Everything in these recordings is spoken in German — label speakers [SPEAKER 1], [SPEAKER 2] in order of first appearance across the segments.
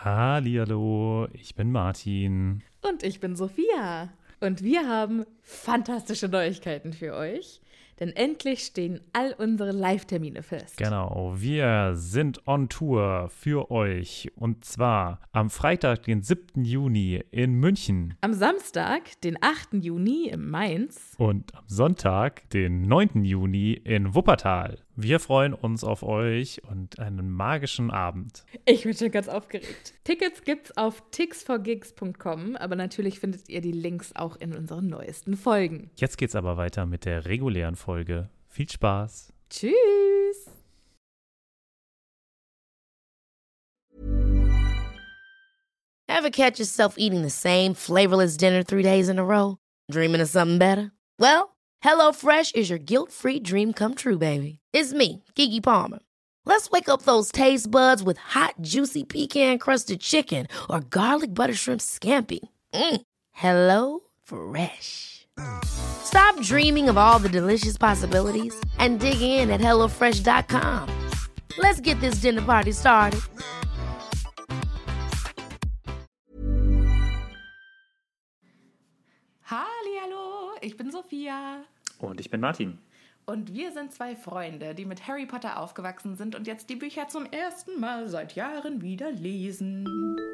[SPEAKER 1] Hallihallo, ich bin Martin.
[SPEAKER 2] Und ich bin Sophia. Und wir haben fantastische Neuigkeiten für euch. Denn endlich stehen all unsere Live-Termine fest.
[SPEAKER 1] Genau, wir sind on Tour für euch. Und zwar am Freitag, den 7. Juni in München.
[SPEAKER 2] Am Samstag, den 8. Juni in Mainz.
[SPEAKER 1] Und am Sonntag, den 9. Juni in Wuppertal. Wir freuen uns auf euch und einen magischen Abend.
[SPEAKER 2] Ich bin schon ganz aufgeregt. Tickets gibt's auf tix4gigs.com, aber natürlich findet ihr die Links auch in unseren neuesten Folgen.
[SPEAKER 1] Jetzt geht's aber weiter mit der regulären Folge. Viel Spaß.
[SPEAKER 2] Tschüss!
[SPEAKER 3] Ever catch yourself eating the same flavorless dinner 3 days in a row? Dreaming of something better? Well, HelloFresh is your guilt-free dream come true, baby. It's me, Keke Palmer. Let's wake up those taste buds with hot, juicy pecan-crusted chicken or garlic butter shrimp scampi. Hello Fresh. Stop dreaming of all the delicious possibilities and dig in at HelloFresh.com. Let's get this dinner party started.
[SPEAKER 2] Hallihallo, ich bin Sophia.
[SPEAKER 1] Und ich bin Martin.
[SPEAKER 2] Und wir sind zwei Freunde, die mit Harry Potter aufgewachsen sind und jetzt die Bücher zum ersten Mal seit Jahren wieder lesen.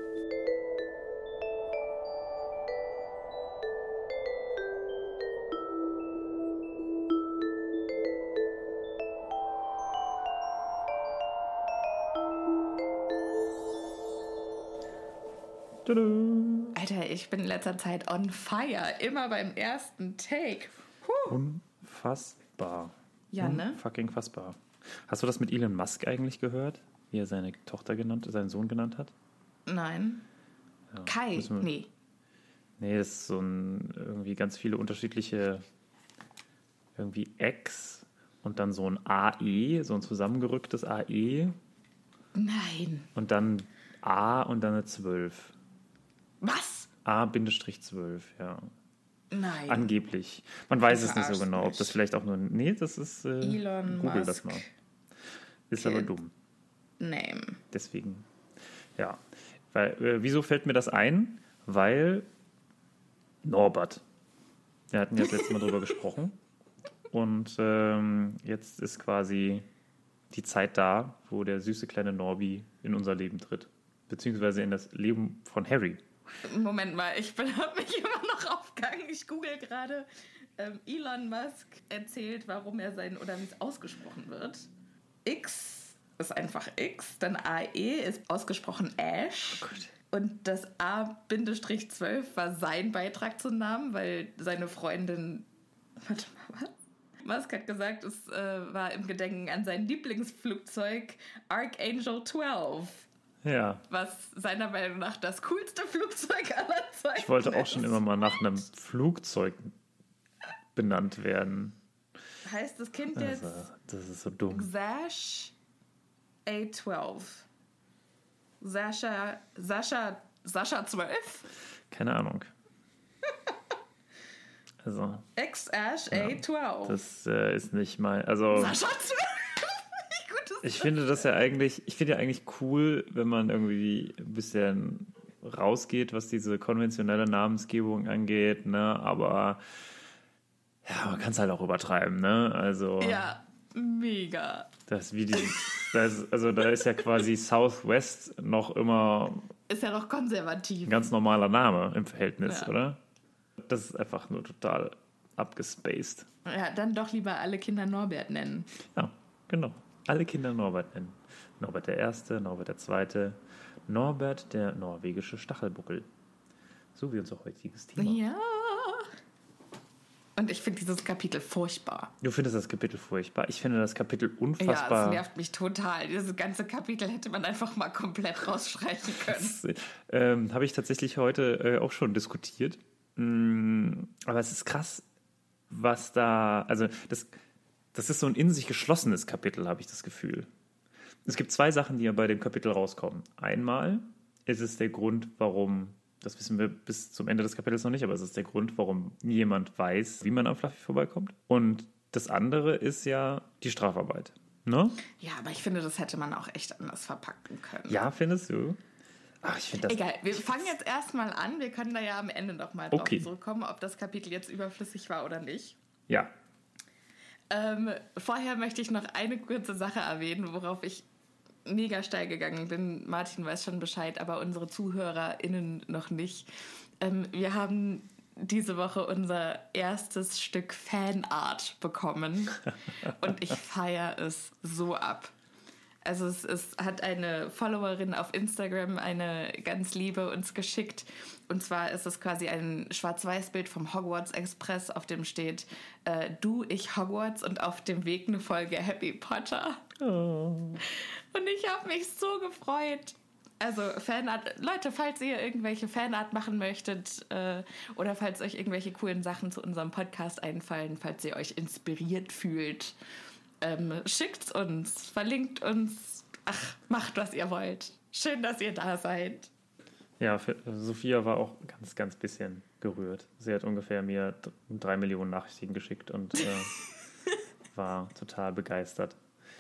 [SPEAKER 1] Tada.
[SPEAKER 2] Alter, ich bin in letzter Zeit on fire. Immer beim ersten Take.
[SPEAKER 1] Unfassbar.
[SPEAKER 2] Ja, ne?
[SPEAKER 1] Fucking fassbar. Hast du das mit Elon Musk eigentlich gehört? Wie er seine Tochter seinen Sohn genannt hat?
[SPEAKER 2] Nein.
[SPEAKER 1] Ja,
[SPEAKER 2] Kai, nee.
[SPEAKER 1] Nee, das ist so irgendwie ganz viele unterschiedliche irgendwie X und dann so ein AE, so ein zusammengerücktes AE.
[SPEAKER 2] Nein.
[SPEAKER 1] Und dann A und dann eine 12.
[SPEAKER 2] Was?
[SPEAKER 1] A-12, ja.
[SPEAKER 2] Nein.
[SPEAKER 1] Angeblich. Man weiß es nicht so
[SPEAKER 2] Verarsch
[SPEAKER 1] genau, ob
[SPEAKER 2] mich.
[SPEAKER 1] das vielleicht auch nur... Nee, das ist...
[SPEAKER 2] Elon
[SPEAKER 1] Google
[SPEAKER 2] Musk.
[SPEAKER 1] das mal. Ist
[SPEAKER 2] Kid.
[SPEAKER 1] aber dumm.
[SPEAKER 2] Name.
[SPEAKER 1] Deswegen. Ja. Weil, wieso fällt mir das ein? Weil Norbert. Wir hatten ja das letzte Mal drüber gesprochen. Und jetzt ist quasi die Zeit da, wo der süße kleine Norbi in unser Leben tritt. Beziehungsweise in das Leben von Harry.
[SPEAKER 2] Moment mal, ich habe mich immer noch aufgegangen. Ich google gerade. Elon Musk erzählt, warum er oder wie es ausgesprochen wird. X ist einfach X, dann AE ist ausgesprochen Ash.
[SPEAKER 1] Oh Gott.
[SPEAKER 2] Und das A-12 war sein Beitrag zum Namen, weil seine Freundin... Warte mal, was? Musk hat gesagt, es war im Gedenken an sein Lieblingsflugzeug Archangel 12.
[SPEAKER 1] Ja.
[SPEAKER 2] Was seiner Meinung nach das coolste Flugzeug aller Zeiten ist.
[SPEAKER 1] Ich wollte auch schon immer mal nach einem Flugzeug benannt werden.
[SPEAKER 2] Heißt das Kind jetzt
[SPEAKER 1] Das ist so dumm.
[SPEAKER 2] Xash A12? Sascha 12?
[SPEAKER 1] Keine Ahnung. Also,
[SPEAKER 2] X-Ash A12.
[SPEAKER 1] das ist nicht mal... Also,
[SPEAKER 2] Sascha 12? Wie gut ist
[SPEAKER 1] ich finde ja eigentlich cool, wenn man irgendwie ein bisschen rausgeht, was diese konventionelle Namensgebung angeht, ne? Aber ja, man kann es halt auch übertreiben, ne? Also,
[SPEAKER 2] Ja, mega.
[SPEAKER 1] das wie da ist ja quasi Southwest noch immer
[SPEAKER 2] Ist ja noch konservativ.
[SPEAKER 1] ein ganz normaler Name im Verhältnis,
[SPEAKER 2] Ja.
[SPEAKER 1] oder? Das ist einfach nur total abgespaced.
[SPEAKER 2] Ja, dann doch lieber alle Kinder Norbert nennen.
[SPEAKER 1] Ja, genau. Alle Kinder Norbert nennen. Norbert der Erste, Norbert der Zweite, Norbert der norwegische Stachelbuckel. So wie unser heutiges Thema.
[SPEAKER 2] Ja. Und ich finde dieses Kapitel furchtbar.
[SPEAKER 1] Du findest das Kapitel furchtbar. Ich finde das Kapitel
[SPEAKER 2] Ja,
[SPEAKER 1] unfassbar.
[SPEAKER 2] es nervt mich total. Dieses ganze Kapitel hätte man einfach mal komplett rausstreichen können.
[SPEAKER 1] Das habe ich tatsächlich heute auch schon diskutiert. Aber es ist krass, was da... Also das ist so ein in sich geschlossenes Kapitel, habe ich das Gefühl. Es gibt zwei Sachen, die ja bei dem Kapitel rauskommen. Einmal ist es der Grund, warum... Das wissen wir bis zum Ende des Kapitels noch nicht, aber es ist der Grund, warum nie jemand weiß, wie man am Fluffy vorbeikommt. Und das andere ist ja die Strafarbeit. Ne?
[SPEAKER 2] Ja, aber ich finde, das hätte man auch echt anders verpacken können.
[SPEAKER 1] Ja, findest du? Ach, ich finde das...
[SPEAKER 2] Egal, wir fangen jetzt erstmal an. Wir können da ja am Ende nochmal drauf zurückkommen, ob das Kapitel jetzt überflüssig war oder nicht.
[SPEAKER 1] Ja.
[SPEAKER 2] Vorher möchte ich noch eine kurze Sache erwähnen, worauf ich mega steil gegangen bin. Martin weiß schon Bescheid, aber unsere ZuhörerInnen noch nicht. Wir haben diese Woche unser erstes Stück Fanart bekommen und ich feiere es so ab. Also es hat eine Followerin auf Instagram, eine ganz liebe, uns geschickt. Und zwar ist es quasi ein Schwarz-Weiß-Bild vom Hogwarts Express, auf dem steht Du, ich Hogwarts und auf dem Weg eine Folge Harry Potter.
[SPEAKER 1] Oh.
[SPEAKER 2] Und ich habe mich so gefreut. Also Fanart, Leute, falls ihr irgendwelche Fanart machen möchtet oder falls euch irgendwelche coolen Sachen zu unserem Podcast einfallen, falls ihr euch inspiriert fühlt, schickt's uns, verlinkt uns, macht, was ihr wollt. Schön, dass ihr da seid.
[SPEAKER 1] Ja, Sophia war auch ganz, ganz bisschen gerührt. Sie hat ungefähr mir 3 Millionen Nachrichten geschickt und war total begeistert.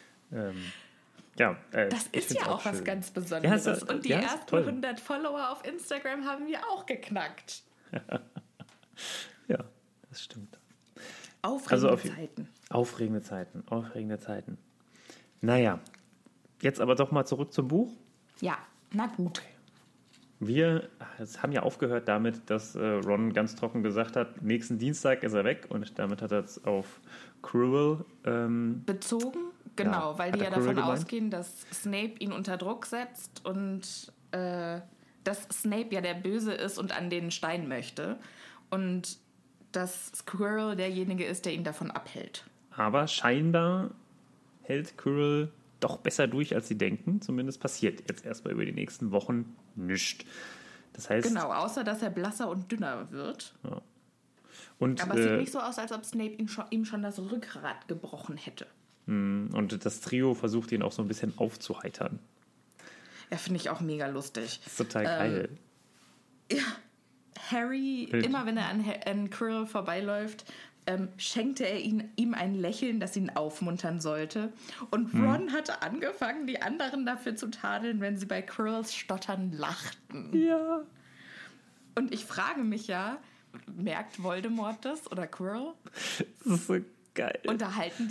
[SPEAKER 2] Das ist ja auch was ganz Besonderes.
[SPEAKER 1] Ja,
[SPEAKER 2] und die ersten 100 Follower auf Instagram haben wir auch geknackt.
[SPEAKER 1] Ja, das stimmt.
[SPEAKER 2] Aufregende Zeiten.
[SPEAKER 1] Naja, jetzt aber doch mal zurück zum Buch.
[SPEAKER 2] Ja, na gut.
[SPEAKER 1] Okay. Wir haben ja aufgehört damit, dass Ron ganz trocken gesagt hat, nächsten Dienstag ist er weg und damit hat er es auf Quirrell
[SPEAKER 2] bezogen. Genau, weil die ja davon ausgehen, dass Snape ihn unter Druck setzt und dass Snape ja der Böse ist und an den Stein möchte. Und dass Quirrell derjenige ist, der ihn davon abhält.
[SPEAKER 1] Aber scheinbar hält Quirrell doch besser durch, als sie denken. Zumindest passiert jetzt erstmal über die nächsten Wochen nichts. Das heißt...
[SPEAKER 2] Genau, außer dass er blasser und dünner wird.
[SPEAKER 1] Ja.
[SPEAKER 2] Aber es sieht nicht so aus, als ob Snape ihm schon das Rückgrat gebrochen hätte.
[SPEAKER 1] Und das Trio versucht ihn auch so ein bisschen aufzuheitern.
[SPEAKER 2] Ja, finde ich auch mega lustig.
[SPEAKER 1] Das ist total geil.
[SPEAKER 2] Ja, Harry, immer wenn er an Quirrell vorbeiläuft, schenkte er ihm ein Lächeln, das ihn aufmuntern sollte. Und Ron hatte angefangen, die anderen dafür zu tadeln, wenn sie bei Quirrells Stottern lachten.
[SPEAKER 1] Ja.
[SPEAKER 2] Und ich frage mich ja, merkt Voldemort das oder Quirrell?
[SPEAKER 1] Das ist so geil.
[SPEAKER 2] Unterhalten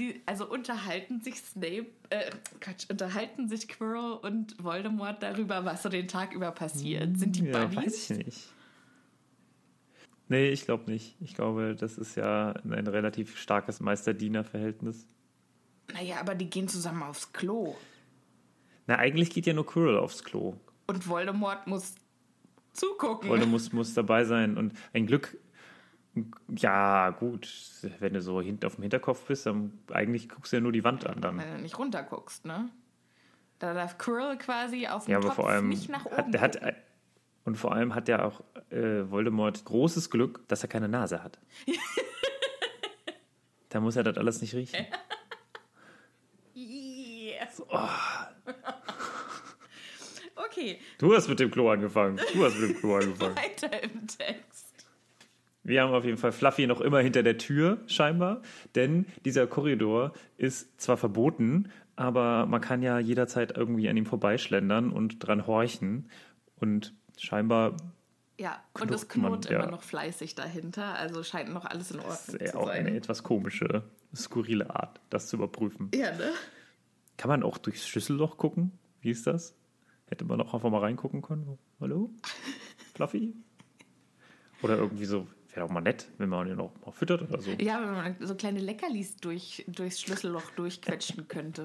[SPEAKER 2] sich Quirrell und Voldemort darüber, was so den Tag über passiert? Sind die Buddies?
[SPEAKER 1] Weiß ich nicht. Nee, ich glaube nicht. Ich glaube, das ist ja ein relativ starkes Meister-Diener-Verhältnis.
[SPEAKER 2] Naja, aber die gehen zusammen aufs Klo.
[SPEAKER 1] Na, eigentlich geht ja nur Quirrell aufs Klo.
[SPEAKER 2] Und Voldemort muss zugucken.
[SPEAKER 1] Voldemort muss dabei sein. Und ein Glück, ja gut, wenn du so auf dem Hinterkopf bist, dann eigentlich guckst du ja nur die Wand an. Dann.
[SPEAKER 2] Wenn du nicht runterguckst, ne? Da darf Quirrell quasi auf dem
[SPEAKER 1] ja, aber
[SPEAKER 2] Topf
[SPEAKER 1] vor allem
[SPEAKER 2] nicht nach oben gucken.
[SPEAKER 1] Und vor allem hat ja auch Voldemort großes Glück, dass er keine Nase hat. Da muss er das alles nicht riechen.
[SPEAKER 2] Yes.
[SPEAKER 1] So, oh.
[SPEAKER 2] Okay.
[SPEAKER 1] Du hast mit dem Klo angefangen.
[SPEAKER 2] Weiter im Text.
[SPEAKER 1] Wir haben auf jeden Fall Fluffy noch immer hinter der Tür, scheinbar. Denn dieser Korridor ist zwar verboten, aber man kann ja jederzeit irgendwie an ihm vorbeischlendern und dran horchen. Und scheinbar...
[SPEAKER 2] Ja, und es knurrt immer noch fleißig dahinter, also scheint noch alles in Ordnung zu sein. Das ist
[SPEAKER 1] auch eine etwas komische, skurrile Art, das zu überprüfen.
[SPEAKER 2] Ja, ne?
[SPEAKER 1] Kann man auch durchs Schlüsselloch gucken? Wie ist das? Hätte man auch einfach mal reingucken können? Hallo? Fluffy? Oder irgendwie so, wäre auch mal nett, wenn man ihn auch mal füttert oder so.
[SPEAKER 2] Ja, wenn man so kleine Leckerlis durchs Schlüsselloch durchquetschen könnte.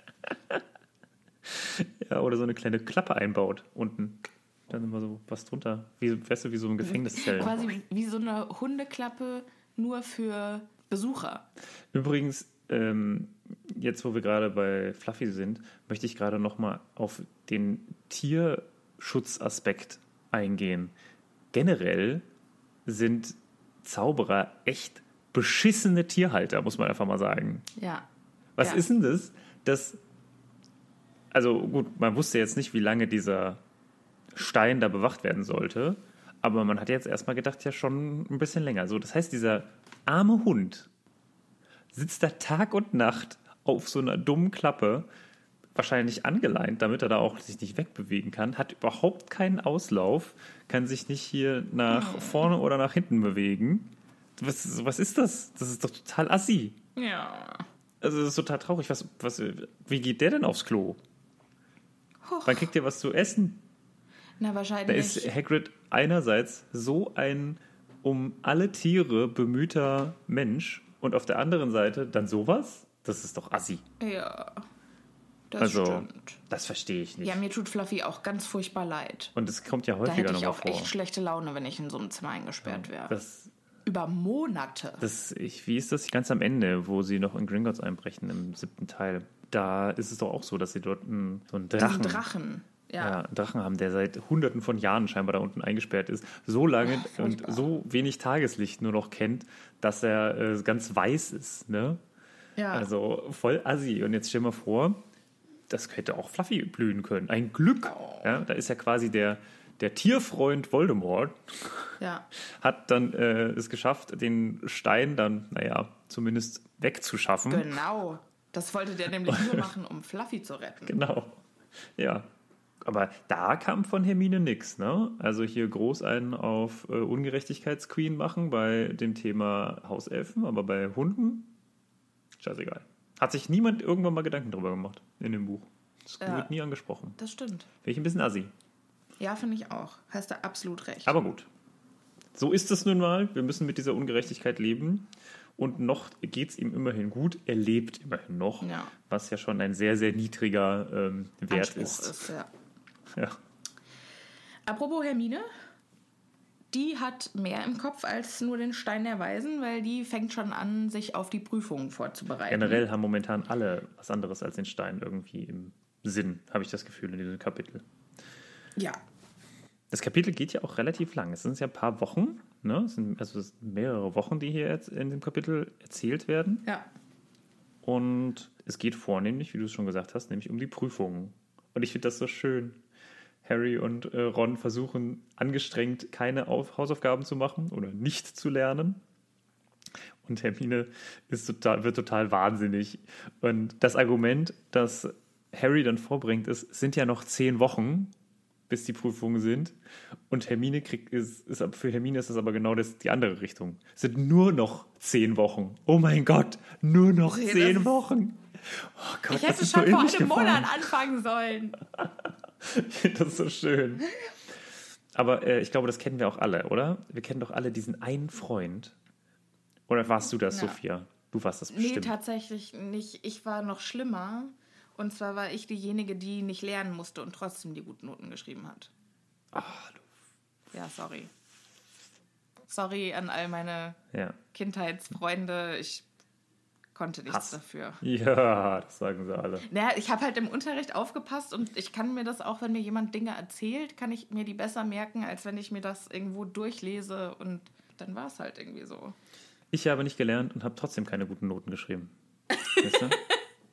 [SPEAKER 1] Ja, oder so eine kleine Klappe einbaut unten. Dann immer so was drunter. Weißt du, wie so ein Gefängniszellen.
[SPEAKER 2] Quasi wie so eine Hundeklappe, nur für Besucher.
[SPEAKER 1] Übrigens, jetzt wo wir gerade bei Fluffy sind, möchte ich gerade nochmal auf den Tierschutzaspekt eingehen. Generell sind Zauberer echt beschissene Tierhalter, muss man einfach mal sagen.
[SPEAKER 2] Ja.
[SPEAKER 1] Was ist denn das? Also gut, man wusste jetzt nicht, wie lange dieser Stein da bewacht werden sollte, aber man hat jetzt erstmal gedacht, ja schon ein bisschen länger. So, das heißt, dieser arme Hund sitzt da Tag und Nacht auf so einer dummen Klappe, wahrscheinlich angeleint, damit er da auch sich nicht wegbewegen kann, hat überhaupt keinen Auslauf, kann sich nicht hier nach vorne oder nach hinten bewegen. Was ist das? Das ist doch total assi.
[SPEAKER 2] Ja.
[SPEAKER 1] Also das ist total traurig. Wie geht der denn aufs Klo? Wann kriegt der was zu essen?
[SPEAKER 2] Na, wahrscheinlich.
[SPEAKER 1] Da ist Hagrid einerseits so ein um alle Tiere bemühter Mensch und auf der anderen Seite dann sowas? Das ist doch assi.
[SPEAKER 2] Ja, das stimmt.
[SPEAKER 1] Das verstehe ich nicht.
[SPEAKER 2] Ja, mir tut Fluffy auch ganz furchtbar leid.
[SPEAKER 1] Und es kommt ja
[SPEAKER 2] Da
[SPEAKER 1] häufiger
[SPEAKER 2] hätte
[SPEAKER 1] noch
[SPEAKER 2] ich
[SPEAKER 1] mal
[SPEAKER 2] auch
[SPEAKER 1] vor.
[SPEAKER 2] echt schlechte Laune, wenn ich in so einem Zimmer eingesperrt wäre. Über Monate.
[SPEAKER 1] Wie ist das ganz am Ende, wo sie noch in Gringotts einbrechen, im 7. Teil? Da ist es doch auch so, dass sie dort so einen Drachen...
[SPEAKER 2] Drachen. Ja,
[SPEAKER 1] einen Drachen haben, der seit Hunderten von Jahren scheinbar da unten eingesperrt ist, so lange und so wenig Tageslicht nur noch kennt, dass er ganz weiß ist, ne?
[SPEAKER 2] Ja.
[SPEAKER 1] Also voll assi. Und jetzt stell mal vor, das könnte auch Fluffy blühen können. Ein Glück.
[SPEAKER 2] Oh.
[SPEAKER 1] Ja, da ist ja quasi der Tierfreund Voldemort, hat dann es geschafft, den Stein dann, zumindest wegzuschaffen.
[SPEAKER 2] Genau. Das wollte der nämlich nur machen, um Fluffy zu retten.
[SPEAKER 1] Genau. Ja. Aber da kam von Hermine nix, ne? Also hier groß einen auf Ungerechtigkeitsqueen machen bei dem Thema Hauselfen, aber bei Hunden, scheißegal. Hat sich niemand irgendwann mal Gedanken drüber gemacht in dem Buch. Das wird nie angesprochen.
[SPEAKER 2] Das stimmt.
[SPEAKER 1] Finde ich ein bisschen assi.
[SPEAKER 2] Ja, finde ich auch. Hast du absolut recht.
[SPEAKER 1] Aber gut. So ist es nun mal. Wir müssen mit dieser Ungerechtigkeit leben. Und noch geht es ihm immerhin gut. Er lebt immerhin noch.
[SPEAKER 2] Ja.
[SPEAKER 1] Was ja schon ein sehr, sehr niedriger Wert
[SPEAKER 2] Anspruch
[SPEAKER 1] ist.
[SPEAKER 2] Ja. Apropos Hermine, die hat mehr im Kopf als nur den Stein der Weisen, weil die fängt schon an, sich auf die Prüfungen vorzubereiten.
[SPEAKER 1] Generell haben momentan alle was anderes als den Stein irgendwie im Sinn, habe ich das Gefühl, in diesem Kapitel.
[SPEAKER 2] Ja.
[SPEAKER 1] Das Kapitel geht ja auch relativ lang. Es sind ja ein paar Wochen, ne? Es sind mehrere Wochen, die hier jetzt in dem Kapitel erzählt werden.
[SPEAKER 2] Ja.
[SPEAKER 1] Und es geht vornehmlich, wie du es schon gesagt hast, nämlich um die Prüfungen. Und ich finde das so schön. Harry und Ron versuchen angestrengt, keine Hausaufgaben zu machen oder nicht zu lernen. Und Hermine wird total wahnsinnig. Und das Argument, das Harry dann vorbringt, sind ja noch 10 Wochen, bis die Prüfungen sind. Und für Hermine ist das aber genau die andere Richtung. Es sind nur noch 10 Wochen. Oh mein Gott, nur noch 10 Wochen. Oh Gott,
[SPEAKER 2] ich hätte schon vor einem Monat anfangen sollen.
[SPEAKER 1] Das ist so schön. Aber ich glaube, das kennen wir auch alle, oder? Wir kennen doch alle diesen einen Freund. Oder warst du das, Sophia? Du warst das bestimmt.
[SPEAKER 2] Nee, tatsächlich nicht. Ich war noch schlimmer. Und zwar war ich diejenige, die nicht lernen musste und trotzdem die guten Noten geschrieben hat.
[SPEAKER 1] Ach, du.
[SPEAKER 2] Ja, sorry. Sorry an all meine Kindheitsfreunde. Ich konnte nichts dafür.
[SPEAKER 1] Ja, das sagen sie alle.
[SPEAKER 2] Naja, ich habe halt im Unterricht aufgepasst und ich kann mir das auch, wenn mir jemand Dinge erzählt, kann ich mir die besser merken, als wenn ich mir das irgendwo durchlese und dann war es halt irgendwie so.
[SPEAKER 1] Ich habe nicht gelernt und habe trotzdem keine guten Noten geschrieben. Weißt du?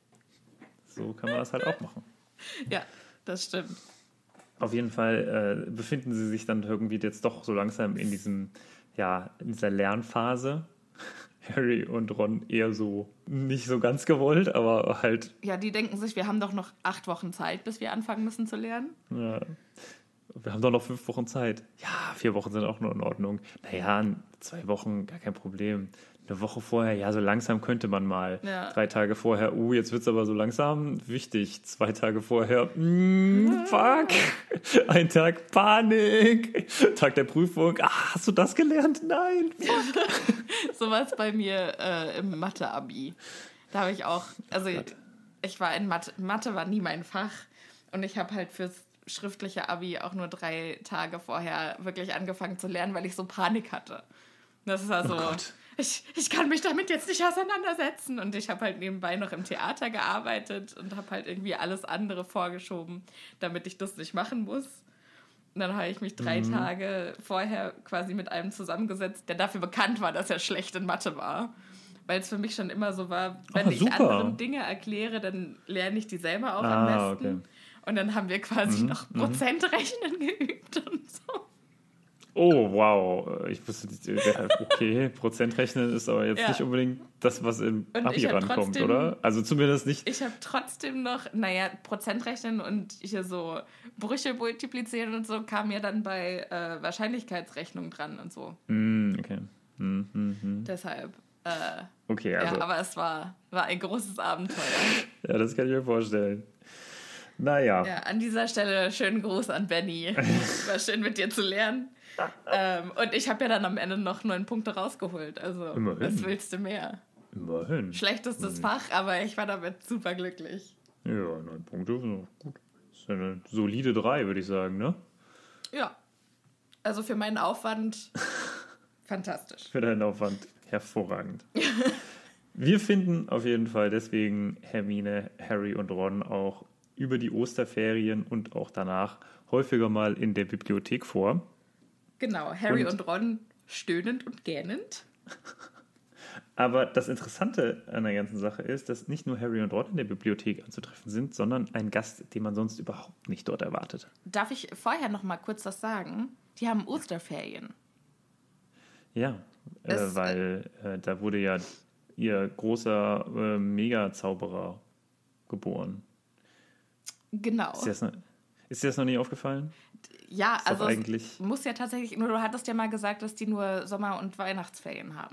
[SPEAKER 1] So kann man das halt auch machen.
[SPEAKER 2] Ja, das stimmt.
[SPEAKER 1] Auf jeden Fall befinden sie sich dann irgendwie jetzt doch so langsam in dieser Lernphase. Harry und Ron eher so nicht so ganz gewollt, aber halt...
[SPEAKER 2] Ja, die denken sich, wir haben doch noch 8 Wochen Zeit, bis wir anfangen müssen zu lernen.
[SPEAKER 1] Ja, wir haben doch noch 5 Wochen Zeit. Ja, 4 Wochen sind auch nur in Ordnung. Naja, 2 Wochen, gar kein Problem. Eine Woche vorher, ja, so langsam könnte man mal. Ja. 3 Tage vorher, jetzt wird's aber so langsam wichtig. 2 Tage vorher, fuck. Ein Tag Panik. Tag der Prüfung, hast du das gelernt? Nein, fuck.
[SPEAKER 2] So war es bei mir im Mathe-Abi. Da habe ich auch, ich war in Mathe war nie mein Fach. Und ich habe halt fürs schriftliche Abi auch nur 3 Tage vorher wirklich angefangen zu lernen, weil ich so Panik hatte. Das war so... Oh Gott. Ich kann mich damit jetzt nicht auseinandersetzen. Und ich habe halt nebenbei noch im Theater gearbeitet und habe halt irgendwie alles andere vorgeschoben, damit ich das nicht machen muss. Und dann habe ich mich 3 Tage vorher quasi mit einem zusammengesetzt, der dafür bekannt war, dass er schlecht in Mathe war. Weil es für mich schon immer so war, wenn ich anderen Dinge erkläre, dann lerne ich die selber auch am besten. Okay. Und dann haben wir quasi noch Prozentrechnen geübt und so.
[SPEAKER 1] Oh, wow. Ich wusste nicht, okay, Prozentrechnen ist aber jetzt nicht unbedingt das, was im Abi rankommt, oder? Also zumindest nicht.
[SPEAKER 2] Ich habe trotzdem noch, Prozentrechnen und hier so Brüche multiplizieren und so kam ja dann bei Wahrscheinlichkeitsrechnung dran und so.
[SPEAKER 1] Okay.
[SPEAKER 2] Deshalb.
[SPEAKER 1] Okay, also.
[SPEAKER 2] Ja, aber es war ein großes Abenteuer.
[SPEAKER 1] Ja, das kann ich mir vorstellen. Naja.
[SPEAKER 2] Ja, an dieser Stelle schönen Gruß an Benny. War schön mit dir zu lernen. Und ich habe ja dann am Ende noch 9 Punkte rausgeholt. Also,
[SPEAKER 1] Immerhin.
[SPEAKER 2] Was willst du mehr?
[SPEAKER 1] Immerhin.
[SPEAKER 2] Schlechtestes Fach, aber ich war damit super glücklich.
[SPEAKER 1] Ja, 9 Punkte ist noch gut. Das ist eine solide 3, würde ich sagen, ne?
[SPEAKER 2] Ja. Also für meinen Aufwand fantastisch.
[SPEAKER 1] Für deinen Aufwand hervorragend. Wir finden auf jeden Fall deswegen Hermine, Harry und Ron auch über die Osterferien und auch danach häufiger mal in der Bibliothek vor.
[SPEAKER 2] Genau, Harry und Ron stöhnend und gähnend.
[SPEAKER 1] Aber das Interessante an der ganzen Sache ist, dass nicht nur Harry und Ron in der Bibliothek anzutreffen sind, sondern ein Gast, den man sonst überhaupt nicht dort erwartet.
[SPEAKER 2] Darf ich vorher noch mal kurz was sagen? Die haben Osterferien.
[SPEAKER 1] Ja, weil da wurde ja ihr großer Mega-Zauberer geboren.
[SPEAKER 2] Genau.
[SPEAKER 1] Ist dir das noch nie aufgefallen?
[SPEAKER 2] Ja,
[SPEAKER 1] ist
[SPEAKER 2] also
[SPEAKER 1] eigentlich
[SPEAKER 2] muss ja tatsächlich, nur du hattest ja mal gesagt, dass die nur Sommer- und Weihnachtsferien haben.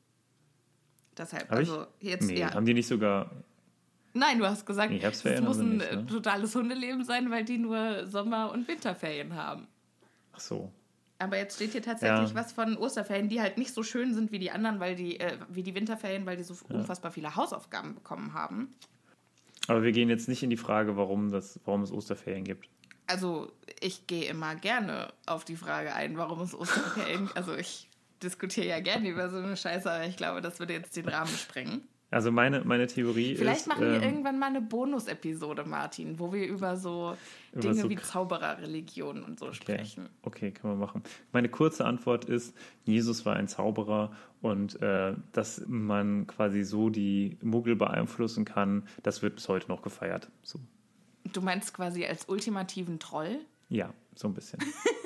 [SPEAKER 2] Deshalb,
[SPEAKER 1] haben die nicht sogar...
[SPEAKER 2] Nein, du hast gesagt, es muss ein
[SPEAKER 1] nicht, ne?
[SPEAKER 2] totales Hundeleben sein, weil die nur Sommer- und Winterferien haben.
[SPEAKER 1] Ach so.
[SPEAKER 2] Aber jetzt steht hier tatsächlich was von Osterferien, die halt nicht so schön sind wie die anderen, weil wie die Winterferien, weil die so unfassbar viele Hausaufgaben bekommen haben.
[SPEAKER 1] Aber wir gehen jetzt nicht in die Frage, warum es Osterferien gibt.
[SPEAKER 2] Also ich gehe immer gerne auf die Frage ein, warum es Osterferien gibt. Also ich diskutiere ja gerne über so eine Scheiße, aber ich glaube, das würde jetzt den Rahmen sprengen.
[SPEAKER 1] Also meine Theorie
[SPEAKER 2] Vielleicht
[SPEAKER 1] ist...
[SPEAKER 2] machen wir irgendwann mal eine Bonus-Episode, Martin, wo wir über so Dinge wie Zaubererreligionen und so sprechen.
[SPEAKER 1] Okay, können wir machen. Meine kurze Antwort ist, Jesus war ein Zauberer und dass man quasi so die Muggel beeinflussen kann, das wird bis heute noch gefeiert. So.
[SPEAKER 2] Du meinst quasi als ultimativen Troll?
[SPEAKER 1] Ja, so ein bisschen.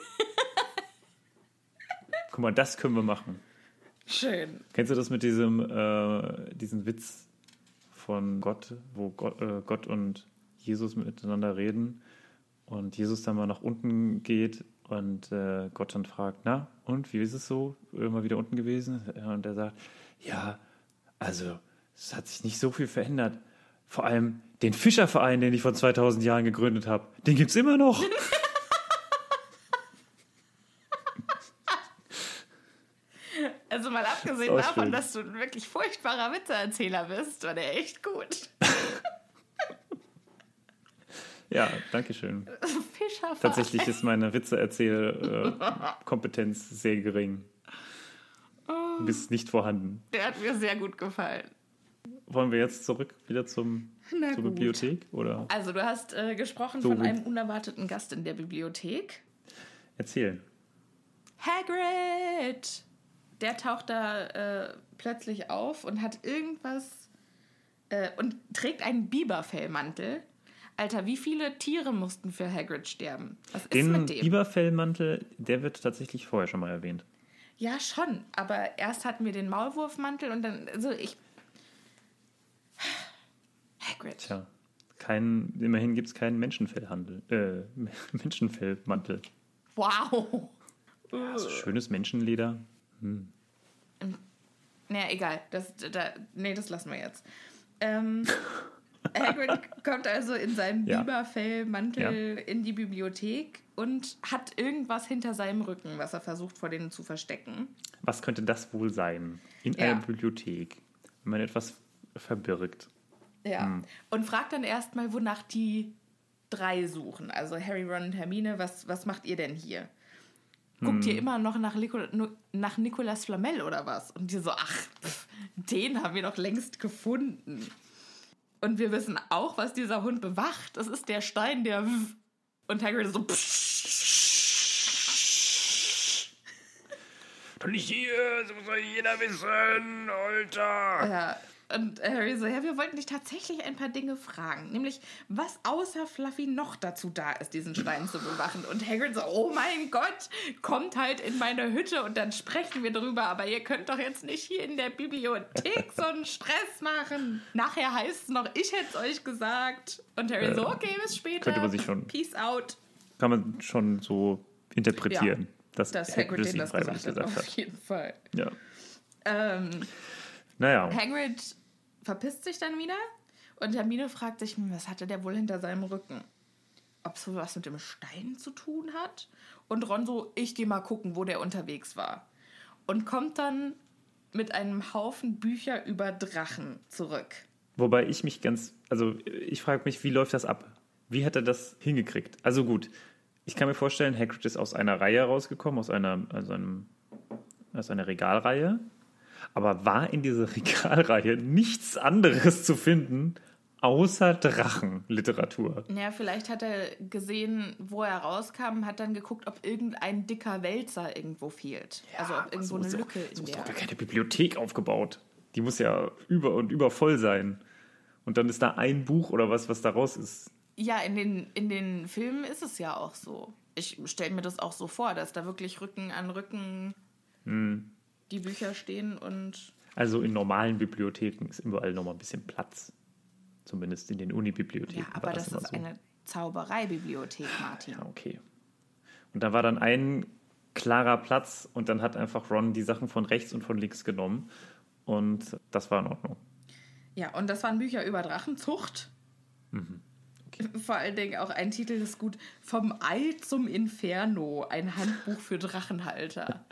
[SPEAKER 1] Guck mal, das können wir machen.
[SPEAKER 2] Schön.
[SPEAKER 1] Kennst du das mit diesen Witz von Gott, wo Gott und Jesus miteinander reden und Jesus dann mal nach unten geht und Gott dann fragt, na, und wie ist es so? Immer wieder unten gewesen? Und er sagt, ja, also es hat sich nicht so viel verändert. Vor allem den Fischerverein, den ich vor 2000 Jahren gegründet habe, den gibt's immer noch.
[SPEAKER 2] Also mal abgesehen davon, dass du ein wirklich furchtbarer Witzeerzähler bist, war der echt gut.
[SPEAKER 1] Ja, danke schön.
[SPEAKER 2] Fischerverein.
[SPEAKER 1] Tatsächlich ist meine Witzeerzählkompetenz sehr gering. Bis nicht vorhanden.
[SPEAKER 2] Der hat mir sehr gut gefallen.
[SPEAKER 1] Wollen wir jetzt zurück wieder zur Bibliothek? Oder?
[SPEAKER 2] Also du hast gesprochen
[SPEAKER 1] So
[SPEAKER 2] von
[SPEAKER 1] gut.
[SPEAKER 2] einem unerwarteten Gast in der Bibliothek.
[SPEAKER 1] Erzähl.
[SPEAKER 2] Hagrid! Der taucht da plötzlich auf und hat irgendwas und trägt einen Biberfellmantel. Alter, wie viele Tiere mussten für Hagrid sterben? Was ist
[SPEAKER 1] Den
[SPEAKER 2] mit dem?
[SPEAKER 1] Biberfellmantel, der wird tatsächlich vorher schon mal erwähnt.
[SPEAKER 2] Ja, schon. Aber erst hatten wir den Maulwurfmantel und dann, also Hagrid.
[SPEAKER 1] Tja, immerhin gibt es keinen Menschenfellmantel.
[SPEAKER 2] Wow.
[SPEAKER 1] Also schönes Menschenleder.
[SPEAKER 2] Naja, egal. Das lassen wir jetzt. Hagrid kommt also in seinem Biberfellmantel in die Bibliothek und hat irgendwas hinter seinem Rücken, was er versucht, vor denen zu verstecken.
[SPEAKER 1] Was könnte das wohl sein in einer Bibliothek, wenn man etwas verbirgt?
[SPEAKER 2] Ja. Und fragt dann erstmal, wonach die 3 suchen. Also Harry, Ron und Hermine, was macht ihr denn hier? Guckt ihr immer noch nach Nicolas Flamel oder was? Und die so, den haben wir doch längst gefunden. Und wir wissen auch, was dieser Hund bewacht. Das ist der Stein, der... Und Hagrid ist so... Doch nicht hier, das muss doch jeder wissen, Alter. Ja, Und Harry so, ja, wir wollten dich tatsächlich ein paar Dinge fragen. Nämlich, was außer Fluffy noch dazu da ist, diesen Stein zu bewachen. Und Hagrid so, oh mein Gott, kommt halt in meine Hütte und dann sprechen wir drüber. Aber ihr könnt doch jetzt nicht hier in der Bibliothek so einen Stress machen. Nachher heißt es noch, ich hätte es euch gesagt. Und Harry so, okay, bis später.
[SPEAKER 1] Könnte man sich schon,
[SPEAKER 2] Peace out.
[SPEAKER 1] kann man schon so interpretieren,
[SPEAKER 2] Ja,
[SPEAKER 1] dass Hagrid
[SPEAKER 2] denen
[SPEAKER 1] ihm
[SPEAKER 2] das
[SPEAKER 1] freiwillig
[SPEAKER 2] gesagt hat.
[SPEAKER 1] gesagt
[SPEAKER 2] Auf
[SPEAKER 1] hat.
[SPEAKER 2] jeden Fall.
[SPEAKER 1] Ja.
[SPEAKER 2] Naja. Hagrid verpisst sich dann wieder und Hermine fragt sich, was hatte der wohl hinter seinem Rücken? Ob es wohl was mit dem Stein zu tun hat? Und Ron so, ich geh mal gucken, wo der unterwegs war. Und kommt dann mit einem Haufen Bücher über Drachen zurück.
[SPEAKER 1] Wobei ich frage mich, wie läuft das ab? Wie hat er das hingekriegt? Also gut, ich kann mir vorstellen, Hagrid ist aus einer Reihe rausgekommen, aus einer Regalreihe. Aber war in dieser Regalreihe nichts anderes zu finden, außer Drachenliteratur?
[SPEAKER 2] Ja, vielleicht hat er gesehen, wo er rauskam, hat dann geguckt, ob irgendein dicker Wälzer irgendwo fehlt. Ja, also ob irgendwo eine Lücke in der...
[SPEAKER 1] So ist doch gar keine Bibliothek aufgebaut. Die muss ja über und über voll sein. Und dann ist da ein Buch oder was da raus ist.
[SPEAKER 2] Ja, in den Filmen ist es ja auch so. Ich stelle mir das auch so vor, dass da wirklich Rücken an Rücken die Bücher stehen und...
[SPEAKER 1] Also in normalen Bibliotheken ist überall noch mal ein bisschen Platz. Zumindest in den Unibibliotheken.
[SPEAKER 2] Ja, aber das ist so eine Zaubereibibliothek, Martin.
[SPEAKER 1] Ja, okay. Und da war dann ein klarer Platz und dann hat einfach Ron die Sachen von rechts und von links genommen und das war in Ordnung.
[SPEAKER 2] Ja, und das waren Bücher über Drachenzucht. Okay. Vor allen Dingen auch ein Titel ist gut, Vom All zum Inferno, ein Handbuch für Drachenhalter.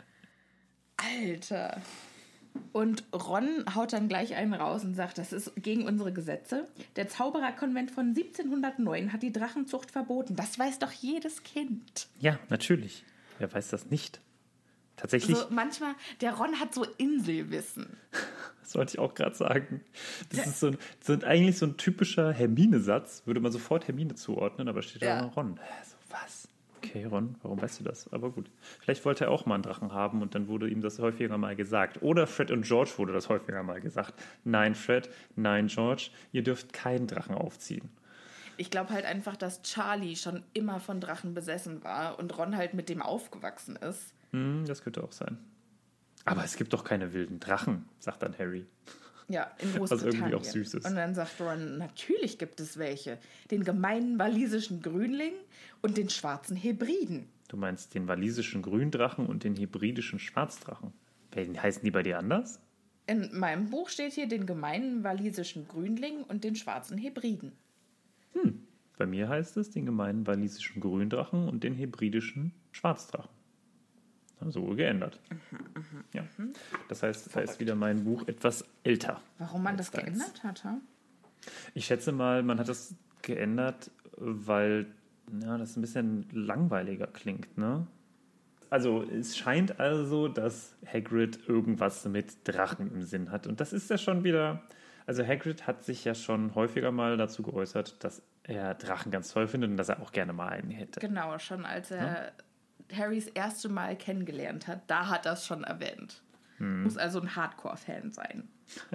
[SPEAKER 2] Alter. Und Ron haut dann gleich einen raus und sagt, das ist gegen unsere Gesetze. Der Zaubererkonvent von 1709 hat die Drachenzucht verboten. Das weiß doch jedes Kind.
[SPEAKER 1] Ja, natürlich. Wer weiß das nicht? Tatsächlich.
[SPEAKER 2] Also manchmal, der Ron hat so Inselwissen.
[SPEAKER 1] Das wollte ich auch gerade sagen. Das ist eigentlich so ein typischer Hermine-Satz. Würde man sofort Hermine zuordnen, aber steht da noch Ron. So, was? Okay, Ron, warum weißt du das? Aber gut. Vielleicht wollte er auch mal einen Drachen haben und dann wurde ihm das häufiger mal gesagt. Oder Fred und George wurde das häufiger mal gesagt. Nein, Fred, nein, George, ihr dürft keinen Drachen aufziehen.
[SPEAKER 2] Ich glaube halt einfach, dass Charlie schon immer von Drachen besessen war und Ron halt mit dem aufgewachsen ist.
[SPEAKER 1] Das könnte auch sein. Aber es gibt doch keine wilden Drachen, sagt dann Harry.
[SPEAKER 2] Ja, in Großbritannien.
[SPEAKER 1] Was irgendwie auch süß ist.
[SPEAKER 2] Und dann sagt Ron, natürlich gibt es welche. Den gemeinen walisischen Grünling und den schwarzen Hebriden.
[SPEAKER 1] Du meinst den walisischen Gründrachen und den hebridischen Schwarzdrachen. Heißen die bei dir anders?
[SPEAKER 2] In meinem Buch steht hier den gemeinen walisischen Grünling und den schwarzen Hebriden.
[SPEAKER 1] Bei mir heißt es den gemeinen walisischen Gründrachen und den hebridischen Schwarzdrachen. So geändert. Ja. Das heißt, da ist wieder mein Buch etwas älter.
[SPEAKER 2] Warum man das geändert hat, ha?
[SPEAKER 1] Ich schätze mal, man hat das geändert, weil das ein bisschen langweiliger klingt, ne? Also es scheint also, dass Hagrid irgendwas mit Drachen im Sinn hat. Und das ist ja schon wieder... Also Hagrid hat sich ja schon häufiger mal dazu geäußert, dass er Drachen ganz toll findet und dass er auch gerne mal einen hätte.
[SPEAKER 2] Genau, schon als er Harrys erste Mal kennengelernt hat, da hat er es schon erwähnt. Muss also ein Hardcore-Fan sein.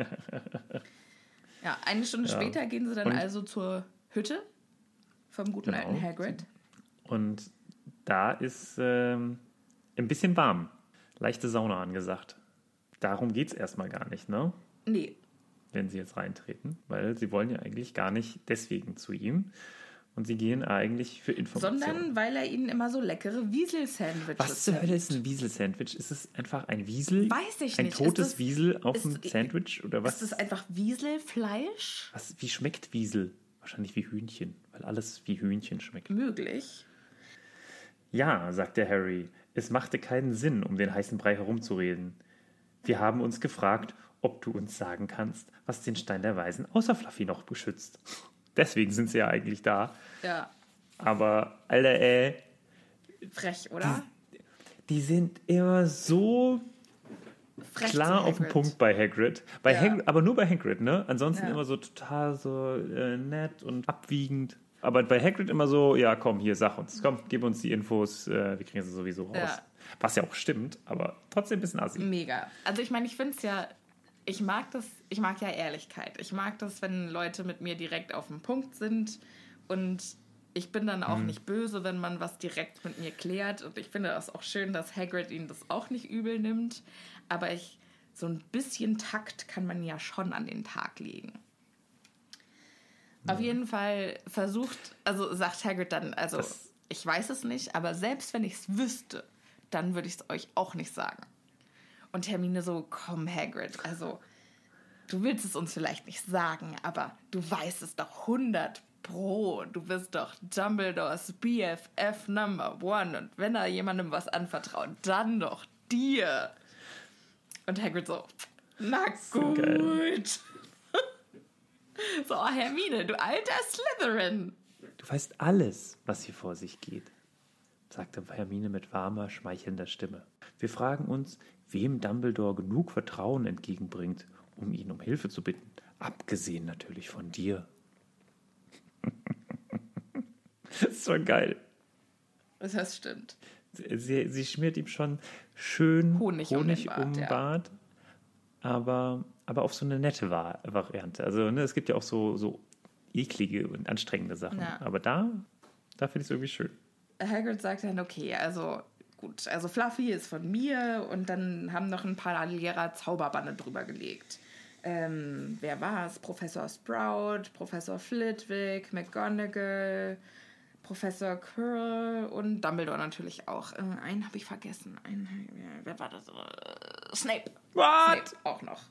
[SPEAKER 2] Ja, eine Stunde später gehen sie dann also zur Hütte vom guten alten Hagrid.
[SPEAKER 1] Und da ist ein bisschen warm. Leichte Sauna angesagt. Darum geht es erstmal gar nicht, ne?
[SPEAKER 2] Nee.
[SPEAKER 1] Wenn sie jetzt reintreten, weil sie wollen ja eigentlich gar nicht deswegen zu ihm. Und sie gehen eigentlich für Informationen.
[SPEAKER 2] Sondern weil er ihnen immer so leckere Wiesel-Sandwiches
[SPEAKER 1] Was zur Hölle ist ein Wiesel-Sandwich? Ist es einfach ein Wiesel?
[SPEAKER 2] Weiß ich nicht.
[SPEAKER 1] Ein totes Wiesel auf dem Sandwich? Oder was?
[SPEAKER 2] Ist das einfach Wieselfleisch?
[SPEAKER 1] Wie schmeckt Wiesel? Wahrscheinlich wie Hühnchen, weil alles wie Hühnchen schmeckt.
[SPEAKER 2] Möglich.
[SPEAKER 1] Ja, sagt der Harry, es machte keinen Sinn, um den heißen Brei herumzureden. Wir haben uns gefragt, ob du uns sagen kannst, was den Stein der Weisen außer Fluffy noch beschützt. Deswegen sind sie ja eigentlich da.
[SPEAKER 2] Ja.
[SPEAKER 1] Aber, Alter,
[SPEAKER 2] Frech, oder?
[SPEAKER 1] Die sind immer so
[SPEAKER 2] Frech
[SPEAKER 1] klar auf den Punkt bei Hagrid. Hagrid. Aber nur bei Hagrid, ne? Ansonsten immer so total so nett und abwiegend. Aber bei Hagrid immer so, ja komm, hier, sag uns. Komm, gib uns die Infos, wir kriegen sie sowieso raus. Ja. Was ja auch stimmt, aber trotzdem ein bisschen assi.
[SPEAKER 2] Mega. Also ich meine, ich finde es ja ich mag ja Ehrlichkeit. Ich mag das, wenn Leute mit mir direkt auf dem Punkt sind und ich bin dann auch nicht böse, wenn man was direkt mit mir klärt und ich finde das auch schön, dass Hagrid ihn das auch nicht übel nimmt, aber so ein bisschen Takt kann man ja schon an den Tag legen. Auf jeden Fall sagt Hagrid dann, ich weiß es nicht, aber selbst wenn ich es wüsste, dann würde ich es euch auch nicht sagen. Und Hermine so, komm Hagrid, also du willst es uns vielleicht nicht sagen, aber du weißt es doch 100%. Du bist doch Dumbledores BFF Number 1 und wenn er jemandem was anvertraut, dann doch dir. Und Hagrid so, na gut. So, Hermine, du alter Slytherin.
[SPEAKER 1] Du weißt alles, was hier vor sich geht, sagte Hermine mit warmer, schmeichelnder Stimme. Wir fragen uns, wem Dumbledore genug Vertrauen entgegenbringt, um ihn um Hilfe zu bitten. Abgesehen natürlich von dir. Das ist schon geil.
[SPEAKER 2] Das stimmt.
[SPEAKER 1] Sie schmiert ihm schon schön Honig um den Bart, aber auf so eine nette Variante. Also es gibt ja auch so eklige und anstrengende Sachen. Ja. Aber da finde ich es irgendwie schön.
[SPEAKER 2] Hagrid sagt dann, okay, also gut, also Fluffy ist von mir und dann haben noch ein paar Lehrer Zauberbanne drüber gelegt. Wer war's? Professor Sprout, Professor Flitwick, McGonagall, Professor Quirrell und Dumbledore natürlich auch. Einen habe ich vergessen. Wer war das? Snape.
[SPEAKER 1] What?
[SPEAKER 2] Snape auch noch.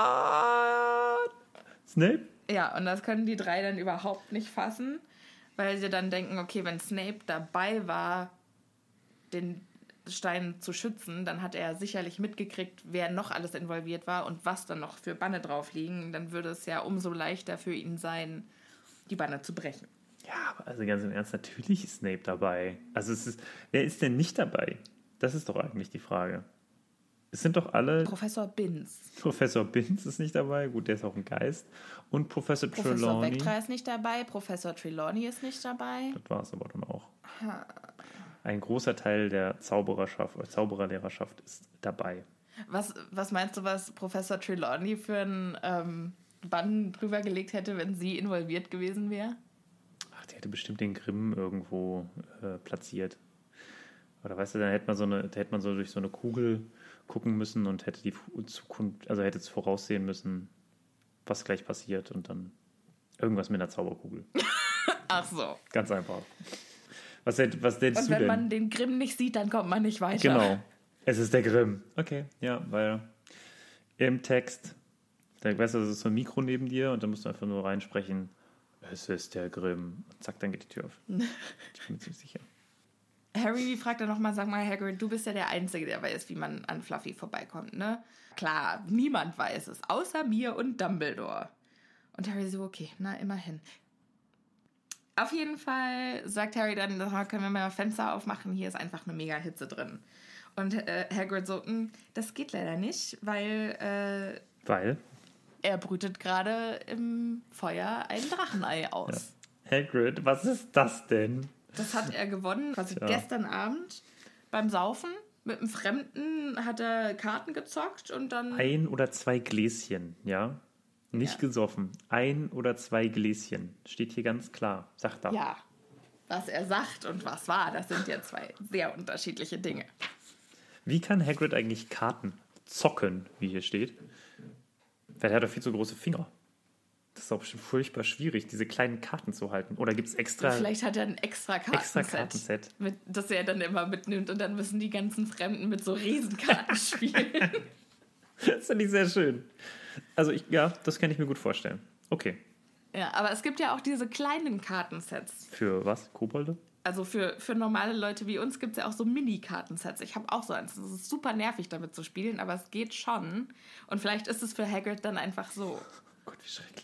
[SPEAKER 1] What? Snape?
[SPEAKER 2] Ja, und das können die drei dann überhaupt nicht fassen, weil sie dann denken, okay, wenn Snape dabei war, den Stein zu schützen, dann hat er sicherlich mitgekriegt, wer noch alles involviert war und was dann noch für Banne drauf liegen. Dann würde es ja umso leichter für ihn sein, die Banne zu brechen.
[SPEAKER 1] Ja, aber also ganz im Ernst, natürlich ist Snape dabei. Also wer ist denn nicht dabei? Das ist doch eigentlich die Frage. Es sind doch alle...
[SPEAKER 2] Professor Binns.
[SPEAKER 1] Professor Binns ist nicht dabei. Gut, der ist auch ein Geist. Und Professor Trelawney.
[SPEAKER 2] Professor Vectra ist nicht dabei. Professor Trelawney ist nicht dabei.
[SPEAKER 1] Das war es aber dann auch. Ein großer Teil der Zaubererlehrerschaft ist dabei.
[SPEAKER 2] Was meinst du, was Professor Trelawney für einen Bann drüber gelegt hätte, wenn sie involviert gewesen wäre?
[SPEAKER 1] Ach, die hätte bestimmt den Grimm irgendwo platziert. Oder weißt du, da hätte man so durch so eine Kugel gucken müssen und hätte die Zukunft, also hätte es voraussehen müssen, was gleich passiert und dann irgendwas mit einer Zauberkugel.
[SPEAKER 2] Ach so.
[SPEAKER 1] Ganz einfach. Was denkst du denn?
[SPEAKER 2] Und wenn man den Grimm nicht sieht, dann kommt man nicht weiter.
[SPEAKER 1] Genau. Es ist der Grimm. Okay, ja, weil im Text, da weißt du, das ist so ein Mikro neben dir und dann musst du einfach nur reinsprechen, es ist der Grimm. Und zack, dann geht die Tür auf. Ich bin mir ziemlich sicher.
[SPEAKER 2] Harry fragt dann nochmal, sag mal, Hagrid, du bist ja der Einzige, der weiß, wie man an Fluffy vorbeikommt, ne? Klar, niemand weiß es, außer mir und Dumbledore. Und Harry so, okay, na, immerhin. Auf jeden Fall sagt Harry dann, können wir mal Fenster aufmachen, hier ist einfach eine mega Hitze drin. Und Hagrid so, das geht leider nicht, weil? Er brütet gerade im Feuer ein Drachenei aus.
[SPEAKER 1] Ja. Hagrid, was ist das denn?
[SPEAKER 2] Das hat er gewonnen, gestern Abend beim Saufen. Mit einem Fremden hat er Karten gezockt und dann...
[SPEAKER 1] 1 oder 2 Gläschen, ja? Nicht gesoffen. 1 oder 2 Gläschen. Steht hier ganz klar. Sagt er.
[SPEAKER 2] Ja, was er sagt und was war, das sind ja 2 sehr unterschiedliche Dinge.
[SPEAKER 1] Wie kann Hagrid eigentlich Karten zocken, wie hier steht? Weil er hat doch viel zu große Finger. Das ist auch bestimmt furchtbar schwierig, diese kleinen Karten zu halten. Oder gibt es extra...
[SPEAKER 2] Vielleicht hat er ein extra Kartenset. Das er dann immer mitnimmt und dann müssen die ganzen Fremden mit so Riesenkarten spielen.
[SPEAKER 1] Das finde ich sehr schön. Also das kann ich mir gut vorstellen. Okay.
[SPEAKER 2] Ja, aber es gibt ja auch diese kleinen Kartensets.
[SPEAKER 1] Für was? Kobolde?
[SPEAKER 2] Also für normale Leute wie uns gibt es ja auch so Mini-Kartensets. Ich habe auch so eins. Das ist super nervig, damit zu spielen, aber es geht schon. Und vielleicht ist es für Hagrid dann einfach so.
[SPEAKER 1] Gott, wie schrecklich.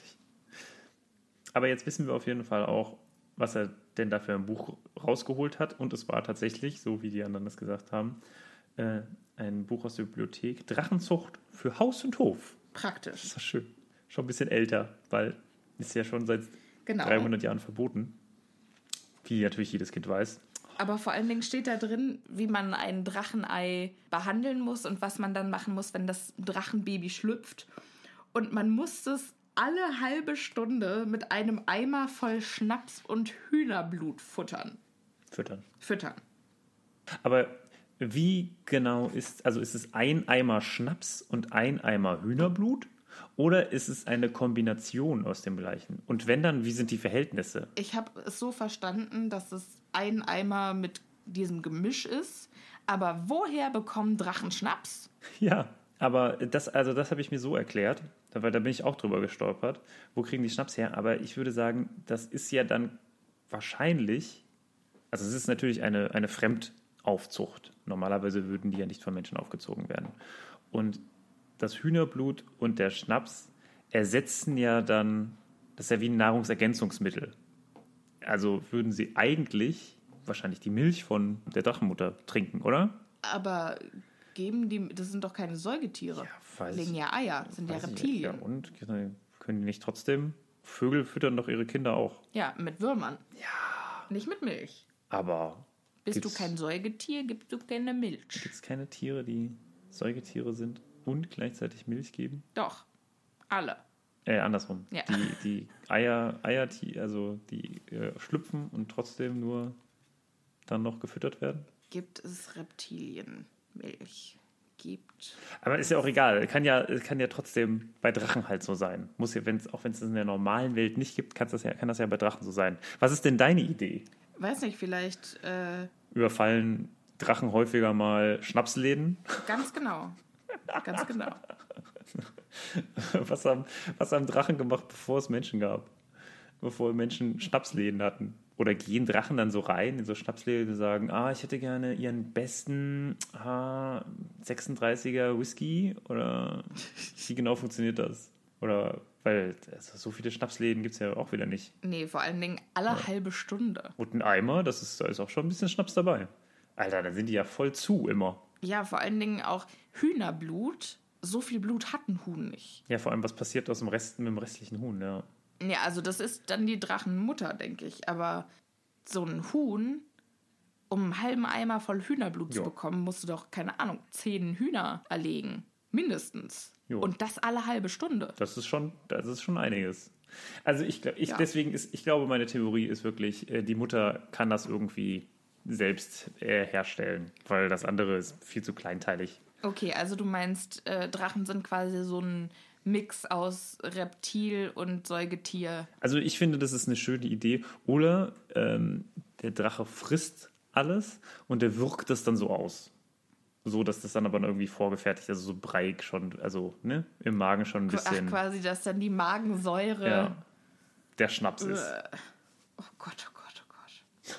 [SPEAKER 1] Aber jetzt wissen wir auf jeden Fall auch, was er denn da für ein Buch rausgeholt hat. Und es war tatsächlich, so wie die anderen das gesagt haben, ein Buch aus der Bibliothek. Drachenzucht für Haus und Hof.
[SPEAKER 2] Praktisch.
[SPEAKER 1] Das ist schön. Schon ein bisschen älter, weil ist ja schon seit 300 Jahren verboten. Wie natürlich jedes Kind weiß.
[SPEAKER 2] Aber vor allen Dingen steht da drin, wie man ein Drachenei behandeln muss und was man dann machen muss, wenn das Drachenbaby schlüpft. Und man muss es alle halbe Stunde mit einem Eimer voll Schnaps und Hühnerblut füttern.
[SPEAKER 1] Aber wie genau ist es ein Eimer Schnaps und ein Eimer Hühnerblut? Oder ist es eine Kombination aus dem gleichen? Und wenn dann, wie sind die Verhältnisse?
[SPEAKER 2] Ich habe es so verstanden, dass es ein Eimer mit diesem Gemisch ist. Aber woher bekommen Drachen Schnaps?
[SPEAKER 1] Ja, aber das habe ich mir so erklärt, weil da bin ich auch drüber gestolpert. Wo kriegen die Schnaps her? Aber ich würde sagen, das ist ja dann wahrscheinlich, also es ist natürlich eine Fremdaufzucht. Normalerweise würden die ja nicht von Menschen aufgezogen werden. Und das Hühnerblut und der Schnaps ersetzen ja dann, das ist ja wie ein Nahrungsergänzungsmittel. Also würden sie eigentlich wahrscheinlich die Milch von der Drachenmutter trinken, oder?
[SPEAKER 2] Aber das sind doch keine Säugetiere.
[SPEAKER 1] Ja,
[SPEAKER 2] legen ja Eier, sind ja Reptilien.
[SPEAKER 1] Ja, und können die nicht trotzdem? Vögel füttern doch ihre Kinder auch.
[SPEAKER 2] Ja, mit Würmern. Ja. Nicht mit Milch.
[SPEAKER 1] Aber
[SPEAKER 2] bist du kein Säugetier, gibst du keine Milch.
[SPEAKER 1] Gibt es keine Tiere, die Säugetiere sind und gleichzeitig Milch geben?
[SPEAKER 2] Doch, alle.
[SPEAKER 1] Andersrum.
[SPEAKER 2] Ja.
[SPEAKER 1] Die Eiertiere, also die schlüpfen und trotzdem nur dann noch gefüttert werden?
[SPEAKER 2] Gibt es Reptilienmilch?
[SPEAKER 1] Aber ist ja auch egal. Kann ja trotzdem bei Drachen halt so sein. Auch wenn es in der normalen Welt nicht gibt, kann das ja bei Drachen so sein. Was ist denn deine Idee?
[SPEAKER 2] Weiß nicht, vielleicht...
[SPEAKER 1] Überfallen Drachen häufiger mal Schnapsläden?
[SPEAKER 2] Ganz genau. Ganz genau.
[SPEAKER 1] Was haben Drachen gemacht, bevor es Menschen gab? Bevor Menschen Schnapsläden hatten? Oder gehen Drachen dann so rein in so Schnapsläden und sagen, ich hätte gerne ihren besten 36er Whisky? Oder wie genau funktioniert das? Oder, weil so viele Schnapsläden gibt es ja auch wieder nicht.
[SPEAKER 2] Nee, vor allen Dingen alle halbe Stunde.
[SPEAKER 1] Und ein Eimer, da ist auch schon ein bisschen Schnaps dabei. Alter, da sind die ja voll zu immer.
[SPEAKER 2] Ja, vor allen Dingen auch Hühnerblut. So viel Blut hat ein Huhn nicht.
[SPEAKER 1] Ja, vor allem, was passiert mit dem restlichen Huhn, ja.
[SPEAKER 2] Ja, also das ist dann die Drachenmutter, denke ich. Aber so ein Huhn, um einen halben Eimer voll Hühnerblut zu bekommen, musst du doch, keine Ahnung, 10 Hühner erlegen. Mindestens. Jo. Und das alle halbe Stunde.
[SPEAKER 1] Das ist schon einiges. Also ich glaube, meine Theorie ist wirklich, die Mutter kann das irgendwie selbst herstellen, weil das andere ist viel zu kleinteilig.
[SPEAKER 2] Okay, also du meinst, Drachen sind quasi so ein Mix aus Reptil und Säugetier.
[SPEAKER 1] Also ich finde, das ist eine schöne Idee. Oder der Drache frisst alles und der wirkt das dann so aus. So, dass das dann aber irgendwie vorgefertigt, also so breiig schon, also im Magen schon ein bisschen.
[SPEAKER 2] Ach, quasi, dass dann die Magensäure
[SPEAKER 1] der Schnaps ist.
[SPEAKER 2] Oh Gott, oh Gott, oh Gott.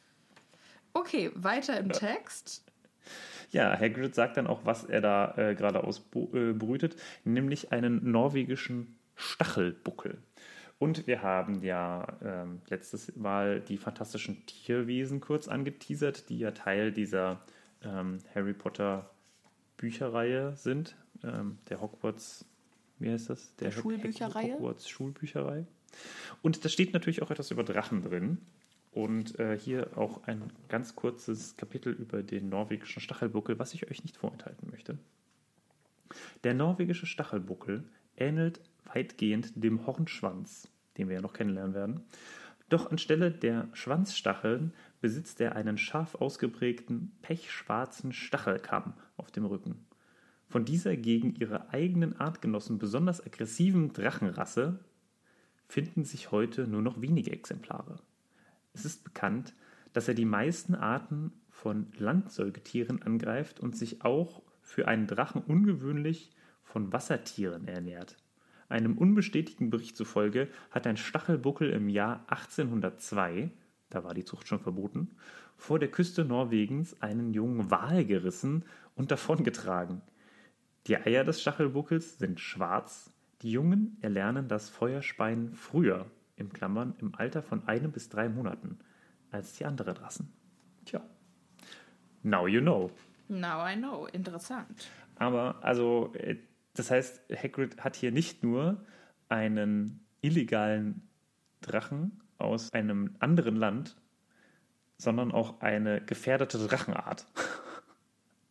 [SPEAKER 2] Okay, weiter im Text.
[SPEAKER 1] Ja, Hagrid sagt dann auch, was er da gerade ausbrütet, nämlich einen norwegischen Stachelbuckel. Und wir haben ja letztes Mal die fantastischen Tierwesen kurz angeteasert, die ja Teil dieser Harry Potter Bücherreihe sind. Der Hogwarts, wie heißt das? Der
[SPEAKER 2] Schulbücherreihe.
[SPEAKER 1] Hogwarts Schulbücherei. Und da steht natürlich auch etwas über Drachen drin. Und hier auch ein ganz kurzes Kapitel über den norwegischen Stachelbuckel, was ich euch nicht vorenthalten möchte. Der norwegische Stachelbuckel ähnelt weitgehend dem Hornschwanz, den wir ja noch kennenlernen werden. Doch anstelle der Schwanzstacheln besitzt er einen scharf ausgeprägten, pechschwarzen Stachelkamm auf dem Rücken. Von dieser gegen ihre eigenen Artgenossen besonders aggressiven Drachenrasse finden sich heute nur noch wenige Exemplare. Es ist bekannt, dass er die meisten Arten von Landsäugetieren angreift und sich auch für einen Drachen ungewöhnlich von Wassertieren ernährt. Einem unbestätigten Bericht zufolge hat ein Stachelbuckel im Jahr 1802, da war die Zucht schon verboten, vor der Küste Norwegens einen jungen Wal gerissen und davongetragen. Die Eier des Stachelbuckels sind schwarz, die Jungen erlernen das Feuerspeien früher, im Alter von 1 bis 3 Monaten, als die anderen Rassen. Tja, now you know.
[SPEAKER 2] Now I know, interessant.
[SPEAKER 1] Aber, also, das heißt, Hagrid hat hier nicht nur einen illegalen Drachen aus einem anderen Land, sondern auch eine gefährdete Drachenart.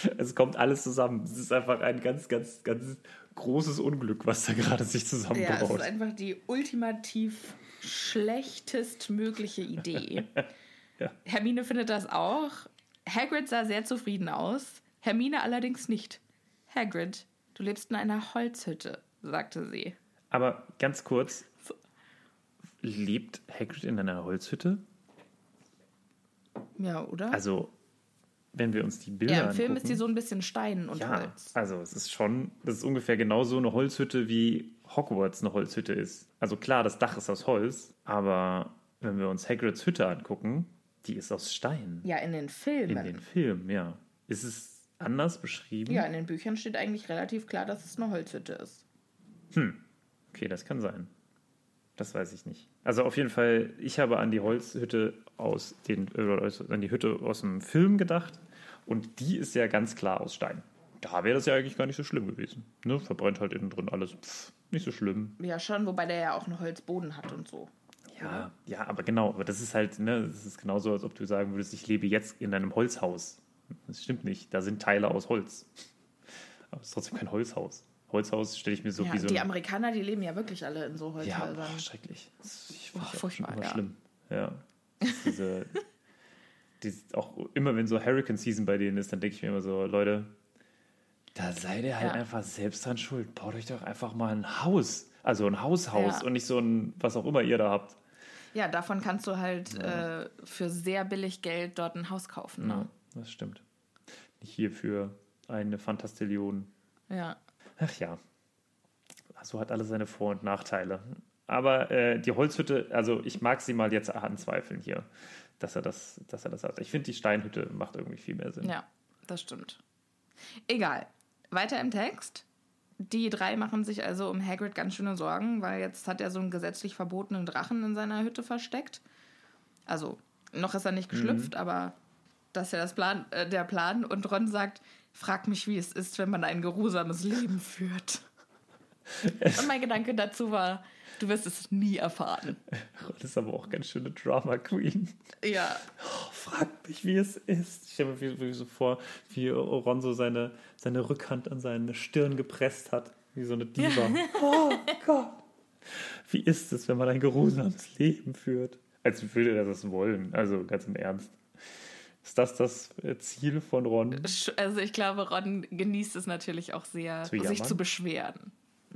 [SPEAKER 1] Es kommt alles zusammen. Es ist einfach ein ganz, ganz, ganz großes Unglück, was da gerade sich
[SPEAKER 2] Ja, es
[SPEAKER 1] zusammenbraut.
[SPEAKER 2] ist einfach die ultimativ schlechtestmögliche Idee.
[SPEAKER 1] Ja.
[SPEAKER 2] Hermine findet das auch. Hagrid sah sehr zufrieden aus. Hermine allerdings nicht. Hagrid, du lebst in einer Holzhütte, sagte sie.
[SPEAKER 1] Aber ganz kurz, lebt Hagrid in einer Holzhütte?
[SPEAKER 2] Ja, oder?
[SPEAKER 1] Also, wenn wir uns die Bilder
[SPEAKER 2] Ja, im Film
[SPEAKER 1] angucken,
[SPEAKER 2] ist die so ein bisschen Stein und
[SPEAKER 1] ja,
[SPEAKER 2] Holz.
[SPEAKER 1] also das ist ungefähr genauso eine Holzhütte, wie Hogwarts eine Holzhütte ist. Also klar, das Dach ist aus Holz, aber wenn wir uns Hagrids Hütte angucken, die ist aus Stein.
[SPEAKER 2] Ja, in den Filmen.
[SPEAKER 1] In den Filmen, ja. Ist es anders beschrieben?
[SPEAKER 2] Ja, in den Büchern steht eigentlich relativ klar, dass es eine Holzhütte ist.
[SPEAKER 1] Okay, das kann sein. Das weiß ich nicht. Also auf jeden Fall, ich habe an die Holzhütte an die Hütte aus dem Film gedacht und die ist ja ganz klar aus Stein. Da wäre das ja eigentlich gar nicht so schlimm gewesen. Ne? Verbrennt halt innen drin alles. Nicht so schlimm.
[SPEAKER 2] Ja, schon, wobei der ja auch einen Holzboden hat und so.
[SPEAKER 1] Ja, aber genau. Aber das ist halt, ne, das ist genauso, als ob du sagen würdest, ich lebe jetzt in einem Holzhaus. Das stimmt nicht. Da sind Teile aus Holz. Aber es ist trotzdem kein Holzhaus. Holzhaus stelle ich mir so
[SPEAKER 2] Ja,
[SPEAKER 1] wie so
[SPEAKER 2] die Amerikaner, die leben ja wirklich alle in so
[SPEAKER 1] Ja,
[SPEAKER 2] Holzhäusern.
[SPEAKER 1] schrecklich. Ich
[SPEAKER 2] Boah,
[SPEAKER 1] finde
[SPEAKER 2] furchtbar,
[SPEAKER 1] immer
[SPEAKER 2] ja.
[SPEAKER 1] schlimm. Ja. Auch immer wenn so Hurricane Season bei denen ist, dann denke ich mir immer so, Leute, da seid ihr halt
[SPEAKER 2] Ja.
[SPEAKER 1] einfach selbst dran schuld. Baut euch doch einfach mal ein Haus. Also ein Haushaus
[SPEAKER 2] Ja.
[SPEAKER 1] und nicht so ein, was auch immer ihr da habt.
[SPEAKER 2] Ja, davon kannst du halt für sehr billig Geld dort ein Haus kaufen. Ne?
[SPEAKER 1] Ja, das stimmt. Nicht hier für eine Fantastillion.
[SPEAKER 2] Ja.
[SPEAKER 1] Ach ja. So hat alles seine Vor- und Nachteile. Aber die Holzhütte, also ich mag sie mal jetzt anzweifeln hier, dass er das hat. Ich finde, die Steinhütte macht irgendwie viel mehr Sinn.
[SPEAKER 2] Ja, das stimmt. Egal. Weiter im Text. Die drei machen sich also um Hagrid ganz schöne Sorgen, weil jetzt hat er so einen gesetzlich verbotenen Drachen in seiner Hütte versteckt. Also, noch ist er nicht geschlüpft, aber das ist ja der Plan. Und Ron sagt, frag mich, wie es ist, wenn man ein geruhsames Leben führt. Und mein Gedanke dazu war, du wirst es nie erfahren.
[SPEAKER 1] Das ist aber auch ganz schöne Drama Queen.
[SPEAKER 2] Ja.
[SPEAKER 1] Fragt mich, wie es ist. Ich stelle mir wirklich so vor, wie Ron so seine Rückhand an seine Stirn gepresst hat. Wie so eine Diva. Oh Gott. Wie ist es, wenn man ein geruhsames Leben führt? Als würde er das wollen. Also ganz im Ernst. Ist das Ziel von Ron?
[SPEAKER 2] Also ich glaube, Ron genießt es natürlich auch sehr,
[SPEAKER 1] Zu
[SPEAKER 2] sich
[SPEAKER 1] jammern?
[SPEAKER 2] zu beschweren.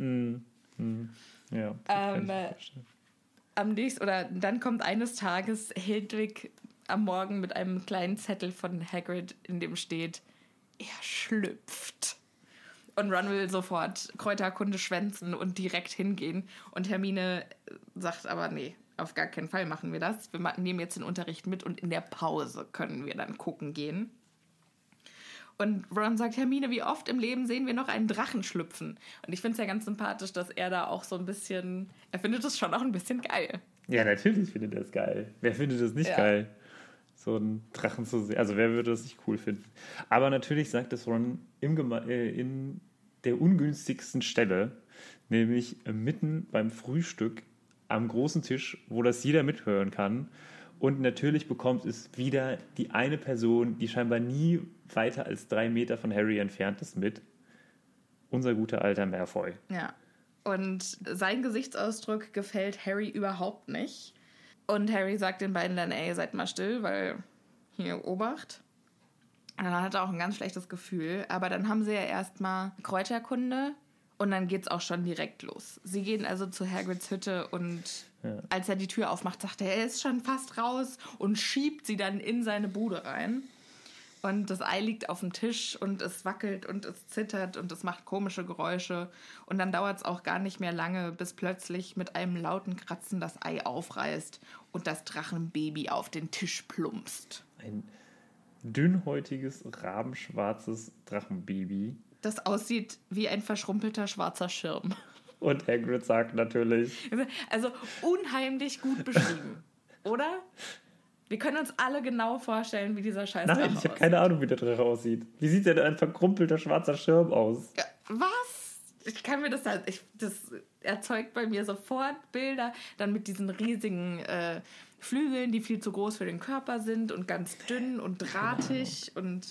[SPEAKER 1] Ja. kann ich mir vorstellen.
[SPEAKER 2] Dann kommt eines Tages Hedwig am Morgen mit einem kleinen Zettel von Hagrid, in dem steht, er schlüpft. Und Ron will sofort Kräuterkunde schwänzen und direkt hingehen. Und Hermine sagt aber, nee, auf gar keinen Fall machen wir das. Wir nehmen jetzt den Unterricht mit und in der Pause können wir dann gucken gehen. Und Ron sagt, Hermine, wie oft im Leben sehen wir noch einen Drachen schlüpfen? Und ich finde es ja ganz sympathisch, dass er da auch so ein bisschen, er findet es schon auch ein bisschen geil.
[SPEAKER 1] Ja, natürlich findet er es geil. Wer findet es nicht geil? So einen Drachen zu sehen. Also wer würde das nicht cool finden? Aber natürlich sagt es Ron in der ungünstigsten Stelle, nämlich mitten beim Frühstück am großen Tisch, wo das jeder mithören kann. Und natürlich bekommt es wieder die eine Person, die scheinbar nie weiter als 3 Meter von Harry entfernt ist, mit. Unser guter alter Malfoy.
[SPEAKER 2] Ja. Und sein Gesichtsausdruck gefällt Harry überhaupt nicht. Und Harry sagt den beiden dann, ey, seid mal still, weil hier Obacht. Und dann hat er auch ein ganz schlechtes Gefühl. Aber dann haben sie ja erstmal Kräuterkunde und dann geht's auch schon direkt los. Sie gehen also zu Hagrids Hütte und als er die Tür aufmacht, sagt er ist schon fast raus und schiebt sie dann in seine Bude rein. Und das Ei liegt auf dem Tisch und es wackelt und es zittert und es macht komische Geräusche. Und dann dauert es auch gar nicht mehr lange, bis plötzlich mit einem lauten Kratzen das Ei aufreißt und das Drachenbaby auf den Tisch plumpst.
[SPEAKER 1] Ein dünnhäutiges, rabenschwarzes Drachenbaby.
[SPEAKER 2] Das aussieht wie ein verschrumpelter schwarzer Schirm.
[SPEAKER 1] Und Hagrid sagt natürlich...
[SPEAKER 2] Also unheimlich gut beschrieben, oder? Wir können uns alle genau vorstellen, wie dieser Scheiß Drache
[SPEAKER 1] Nein,
[SPEAKER 2] aussieht.
[SPEAKER 1] ich habe keine Ahnung, wie der Drache aussieht. Wie sieht denn ein verkrumpelter schwarzer Schirm aus?
[SPEAKER 2] Ja, was? Ich kann mir das halt... Das erzeugt bei mir sofort Bilder, dann mit diesen riesigen Flügeln, die viel zu groß für den Körper sind und ganz dünn und drahtig und...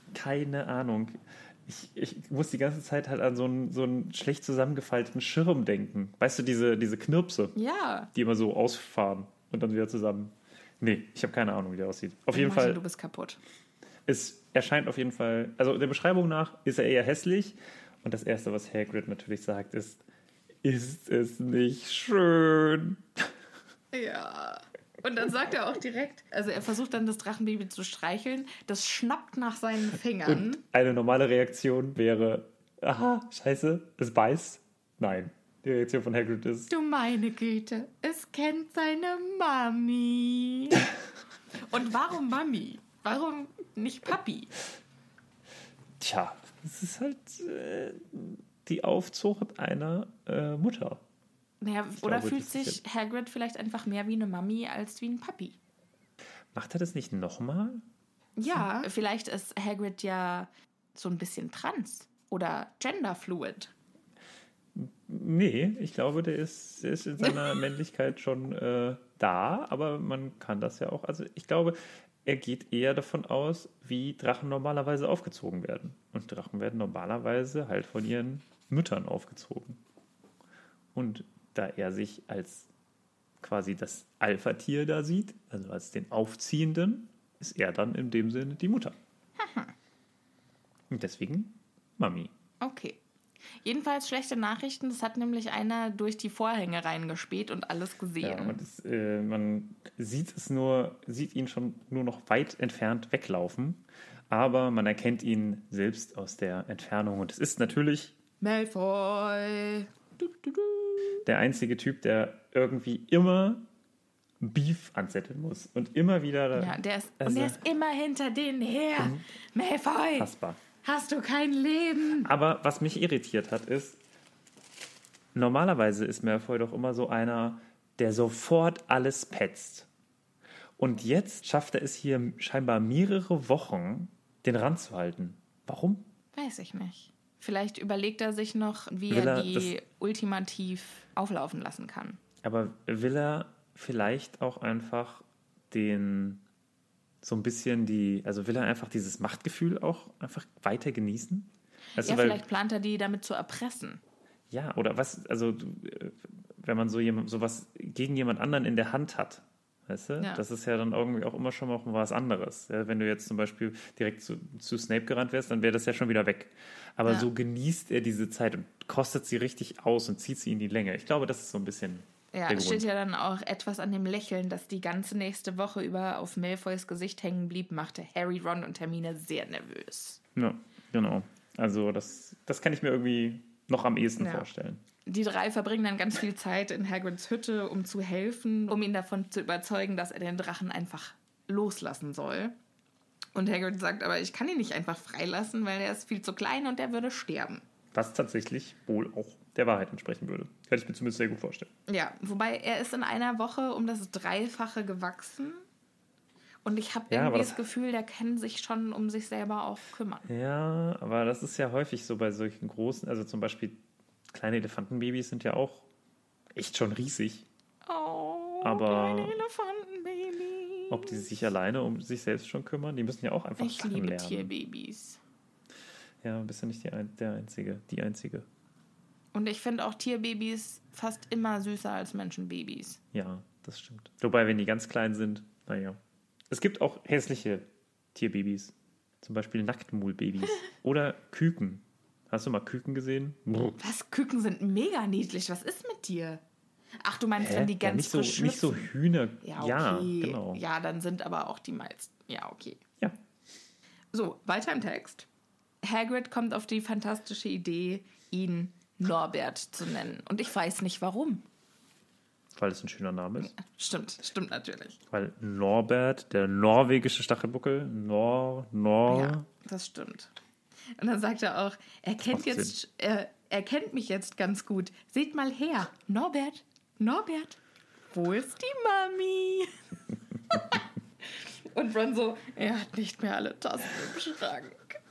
[SPEAKER 1] Keine Ahnung. Ich muss die ganze Zeit halt an so einen schlecht zusammengefalteten Schirm denken. Weißt du, diese Knirpse,
[SPEAKER 2] Ja.
[SPEAKER 1] die immer so ausfahren und dann wieder zusammen. Nee, ich habe keine Ahnung, wie der aussieht. Auf jeden
[SPEAKER 2] Martin,
[SPEAKER 1] Fall,
[SPEAKER 2] du bist kaputt.
[SPEAKER 1] es erscheint auf jeden Fall, also der Beschreibung nach ist er eher hässlich. Und das Erste, was Hagrid natürlich sagt, ist es nicht schön?
[SPEAKER 2] Ja. Und dann sagt er auch direkt, also er versucht dann das Drachenbaby zu streicheln, das schnappt nach seinen Fingern.
[SPEAKER 1] Und eine normale Reaktion wäre, aha, scheiße, es beißt. Nein, die Reaktion von Hagrid ist,
[SPEAKER 2] Du meine Güte, es kennt seine Mami. Und warum Mami? Warum nicht Papi?
[SPEAKER 1] tja, es ist halt die Aufzucht einer Mutter.
[SPEAKER 2] Naja,
[SPEAKER 1] Ich
[SPEAKER 2] oder
[SPEAKER 1] glaube,
[SPEAKER 2] fühlt
[SPEAKER 1] das ist
[SPEAKER 2] sich Hagrid vielleicht einfach mehr wie eine Mami als wie ein Papi?
[SPEAKER 1] Macht er das nicht nochmal?
[SPEAKER 2] Ja, vielleicht ist Hagrid ja so ein bisschen trans oder genderfluid.
[SPEAKER 1] Nee, ich glaube, der ist in seiner Männlichkeit schon da, aber man kann das ja auch, also ich glaube, er geht eher davon aus, wie Drachen normalerweise aufgezogen werden. Und Drachen werden normalerweise halt von ihren Müttern aufgezogen. Und da er sich als quasi das Alpha-Tier da sieht, also als den Aufziehenden, ist er dann in dem Sinne die Mutter. Und deswegen Mami.
[SPEAKER 2] Okay. Jedenfalls schlechte Nachrichten. Das hat nämlich einer durch die Vorhänge reingespäht und alles gesehen.
[SPEAKER 1] Ja, und man sieht ihn schon nur noch weit entfernt weglaufen, aber man erkennt ihn selbst aus der Entfernung. Und es ist natürlich
[SPEAKER 2] Malfoy.
[SPEAKER 1] der einzige Typ, der irgendwie immer Beef anzetteln muss und immer wieder.
[SPEAKER 2] Ja, der ist immer hinter denen her. Malfoy,
[SPEAKER 1] Fassbar.
[SPEAKER 2] hast du kein Leben?
[SPEAKER 1] Aber was mich irritiert hat, ist, normalerweise ist Malfoy doch immer so einer, der sofort alles petzt. Und jetzt schafft er es hier scheinbar mehrere Wochen, den Rand zu halten. Warum?
[SPEAKER 2] Weiß ich nicht. Vielleicht überlegt er sich noch, wie
[SPEAKER 1] Will
[SPEAKER 2] er
[SPEAKER 1] er
[SPEAKER 2] die ultimativ auflaufen lassen kann.
[SPEAKER 1] Aber will er vielleicht auch einfach will er einfach dieses Machtgefühl auch einfach weiter genießen? Weißt
[SPEAKER 2] Ja,
[SPEAKER 1] du, weil,
[SPEAKER 2] vielleicht plant er die damit zu erpressen.
[SPEAKER 1] ja, oder was, also wenn man sowas gegen jemand anderen in der Hand hat, weißt du,
[SPEAKER 2] Ja.
[SPEAKER 1] das ist ja dann irgendwie auch immer schon mal was anderes. Ja, wenn du jetzt zum Beispiel direkt zu Snape gerannt wärst, dann wäre das ja schon wieder weg. Aber
[SPEAKER 2] Ja.
[SPEAKER 1] so genießt er diese Zeit und kostet sie richtig aus und zieht sie in die Länge. Ich glaube, das ist so ein bisschen
[SPEAKER 2] Ja,
[SPEAKER 1] der
[SPEAKER 2] es
[SPEAKER 1] Grund.
[SPEAKER 2] steht ja dann auch etwas an dem Lächeln, das die ganze nächste Woche über auf Malfoys Gesicht hängen blieb, machte Harry, Ron und Hermine sehr nervös.
[SPEAKER 1] Ja, genau. Also das kann ich mir irgendwie noch am ehesten
[SPEAKER 2] Ja.
[SPEAKER 1] vorstellen.
[SPEAKER 2] Die drei verbringen dann ganz viel Zeit in Hagrids Hütte, um zu helfen, um ihn davon zu überzeugen, dass er den Drachen einfach loslassen soll. Und Hagrid sagt aber, ich kann ihn nicht einfach freilassen, weil er ist viel zu klein und er würde sterben.
[SPEAKER 1] Was tatsächlich wohl auch der Wahrheit entsprechen würde. Kann ich mir zumindest sehr gut vorstellen.
[SPEAKER 2] Ja, wobei er ist in einer Woche um das Dreifache gewachsen. Und ich habe
[SPEAKER 1] Ja,
[SPEAKER 2] irgendwie
[SPEAKER 1] aber
[SPEAKER 2] das Gefühl, der kann sich schon um sich selber auch kümmern.
[SPEAKER 1] Ja, aber das ist ja häufig so bei solchen großen, also zum Beispiel kleine Elefantenbabys sind ja auch echt schon riesig.
[SPEAKER 2] Oh,
[SPEAKER 1] Aber-
[SPEAKER 2] kleine Elefantenbaby.
[SPEAKER 1] Ob die sich alleine um sich selbst schon kümmern, die müssen ja auch einfach
[SPEAKER 2] Ich
[SPEAKER 1] Sachen
[SPEAKER 2] liebe
[SPEAKER 1] lernen.
[SPEAKER 2] Tierbabys.
[SPEAKER 1] Ja, bist ja nicht die Einzige.
[SPEAKER 2] Und ich finde auch Tierbabys fast immer süßer als Menschenbabys.
[SPEAKER 1] Ja, das stimmt. Wobei, wenn die ganz klein sind, naja. Es gibt auch hässliche Tierbabys. Zum Beispiel Nacktmuhlbabys. Oder Küken. Hast du mal Küken gesehen?
[SPEAKER 2] Was? Küken sind mega niedlich. Was ist mit dir? Ach, du meinst, wenn die
[SPEAKER 1] Ja,
[SPEAKER 2] ganz
[SPEAKER 1] nicht so,
[SPEAKER 2] frisch
[SPEAKER 1] nicht so
[SPEAKER 2] schlüpfen?
[SPEAKER 1] Hühner.
[SPEAKER 2] Ja, okay.
[SPEAKER 1] Ja, genau.
[SPEAKER 2] Ja, dann sind aber auch die meisten. Ja, okay.
[SPEAKER 1] Ja.
[SPEAKER 2] So, weiter im Text. Hagrid kommt auf die fantastische Idee, ihn Norbert zu nennen. Und ich weiß nicht warum.
[SPEAKER 1] Weil es ein schöner Name ist.
[SPEAKER 2] Stimmt natürlich.
[SPEAKER 1] Weil Norbert, der norwegische Stachelbuckel,
[SPEAKER 2] Ja, das stimmt. Und dann sagt er auch, er kennt mich jetzt ganz gut. Seht mal her. Norbert, wo ist die Mami? Und Ron so, er hat nicht mehr alle Tassen im Schrank.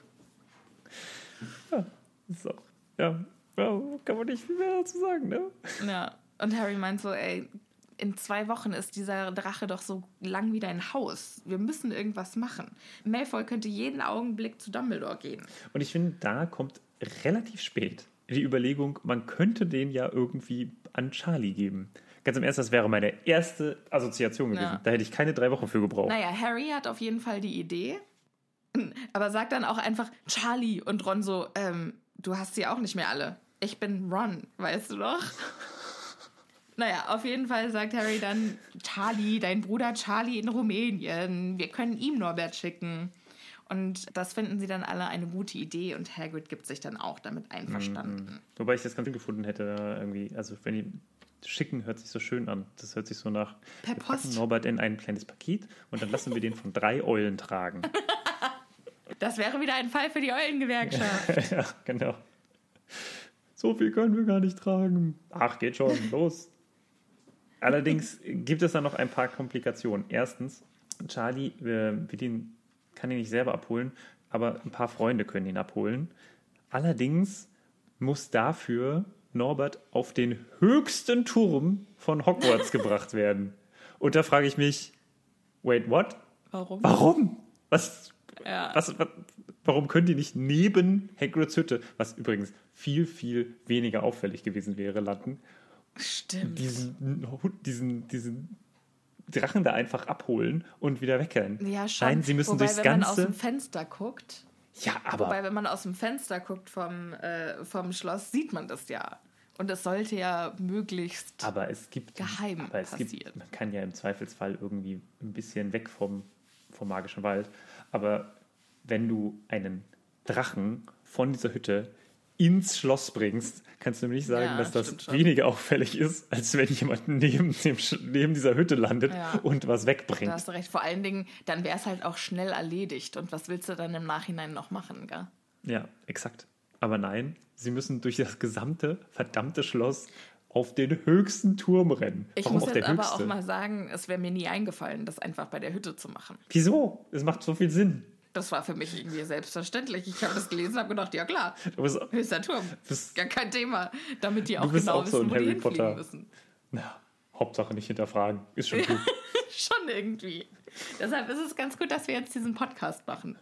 [SPEAKER 1] So. Ja, kann man nicht viel mehr dazu sagen, ne?
[SPEAKER 2] Ja, und Harry meint so, ey, in 2 Wochen ist dieser Drache doch so lang wie dein Haus. Wir müssen irgendwas machen. Malfoy könnte jeden Augenblick zu Dumbledore gehen.
[SPEAKER 1] Und ich finde, da kommt relativ spät die Überlegung, man könnte den ja irgendwie an Charlie geben. Ganz im Ernst, das wäre meine erste Assoziation gewesen.
[SPEAKER 2] Ja.
[SPEAKER 1] Da hätte ich keine 3 Wochen für gebraucht.
[SPEAKER 2] Naja, Harry hat auf jeden Fall die Idee, aber sagt dann auch einfach Charlie und Ron so, du hast sie auch nicht mehr alle. Ich bin Ron, weißt du doch? Naja, auf jeden Fall sagt Harry dann, Charlie, dein Bruder Charlie in Rumänien, wir können ihm Norbert schicken. Und das finden sie dann alle eine gute Idee und Hagrid gibt sich dann auch damit einverstanden.
[SPEAKER 1] Wobei ich das ganz schön gefunden hätte, irgendwie, also wenn die schicken, hört sich so schön an. Das hört sich so nach,
[SPEAKER 2] Per
[SPEAKER 1] wir packen
[SPEAKER 2] Post.
[SPEAKER 1] Norbert in ein kleines Paket und dann lassen wir den von 3 Eulen tragen.
[SPEAKER 2] Das wäre wieder ein Fall für die Eulengewerkschaft.
[SPEAKER 1] Ja, genau. So viel können wir gar nicht tragen. Ach, geht schon, los. Allerdings gibt es da noch ein paar Komplikationen. Erstens, Charlie kann ihn nicht selber abholen, aber ein paar Freunde können ihn abholen. Allerdings muss dafür Norbert auf den höchsten Turm von Hogwarts gebracht werden. Und da frage ich mich, wait, what? Warum? Warum können die nicht neben Hagrids Hütte, was übrigens viel, viel weniger auffällig gewesen wäre, landen,
[SPEAKER 2] Stimmt.
[SPEAKER 1] diesen Drachen da einfach abholen und wieder wegrennen?
[SPEAKER 2] Ja, schon.
[SPEAKER 1] Nein, sie müssen
[SPEAKER 2] Wobei,
[SPEAKER 1] durchs
[SPEAKER 2] wenn man
[SPEAKER 1] ganze...
[SPEAKER 2] aus dem Fenster guckt...
[SPEAKER 1] Ja, aber...
[SPEAKER 2] Wobei, wenn man aus dem Fenster guckt vom Schloss, sieht man das ja. Und es sollte ja möglichst geheim passieren.
[SPEAKER 1] Man kann ja im Zweifelsfall irgendwie ein bisschen weg vom magischen Wald. Aber wenn du einen Drachen von dieser Hütte ins Schloss bringst, kannst du mir nicht sagen, dass das weniger auffällig ist, als wenn jemand neben dieser Hütte landet und was wegbringt.
[SPEAKER 2] Da hast du recht. Vor allen Dingen, dann wäre es halt auch schnell erledigt. Und was willst du dann im Nachhinein noch machen, gell?
[SPEAKER 1] Ja, exakt. Aber nein, sie müssen durch das gesamte verdammte Schloss auf den höchsten Turm rennen.
[SPEAKER 2] Ich
[SPEAKER 1] Warum
[SPEAKER 2] muss
[SPEAKER 1] auf
[SPEAKER 2] jetzt
[SPEAKER 1] der
[SPEAKER 2] aber
[SPEAKER 1] höchste?
[SPEAKER 2] auch mal sagen, es wäre mir nie eingefallen, das einfach bei der Hütte zu machen.
[SPEAKER 1] Wieso? Es macht so viel Sinn.
[SPEAKER 2] Das war für mich irgendwie selbstverständlich. Ich habe das gelesen und habe gedacht, ja klar, höchster Turm, gar kein Thema. Damit die auch genau wissen, wo die hinfliegen müssen.
[SPEAKER 1] Na, Hauptsache nicht hinterfragen. Ist schon gut.
[SPEAKER 2] Schon irgendwie. Deshalb ist es ganz gut, dass wir jetzt diesen Podcast machen.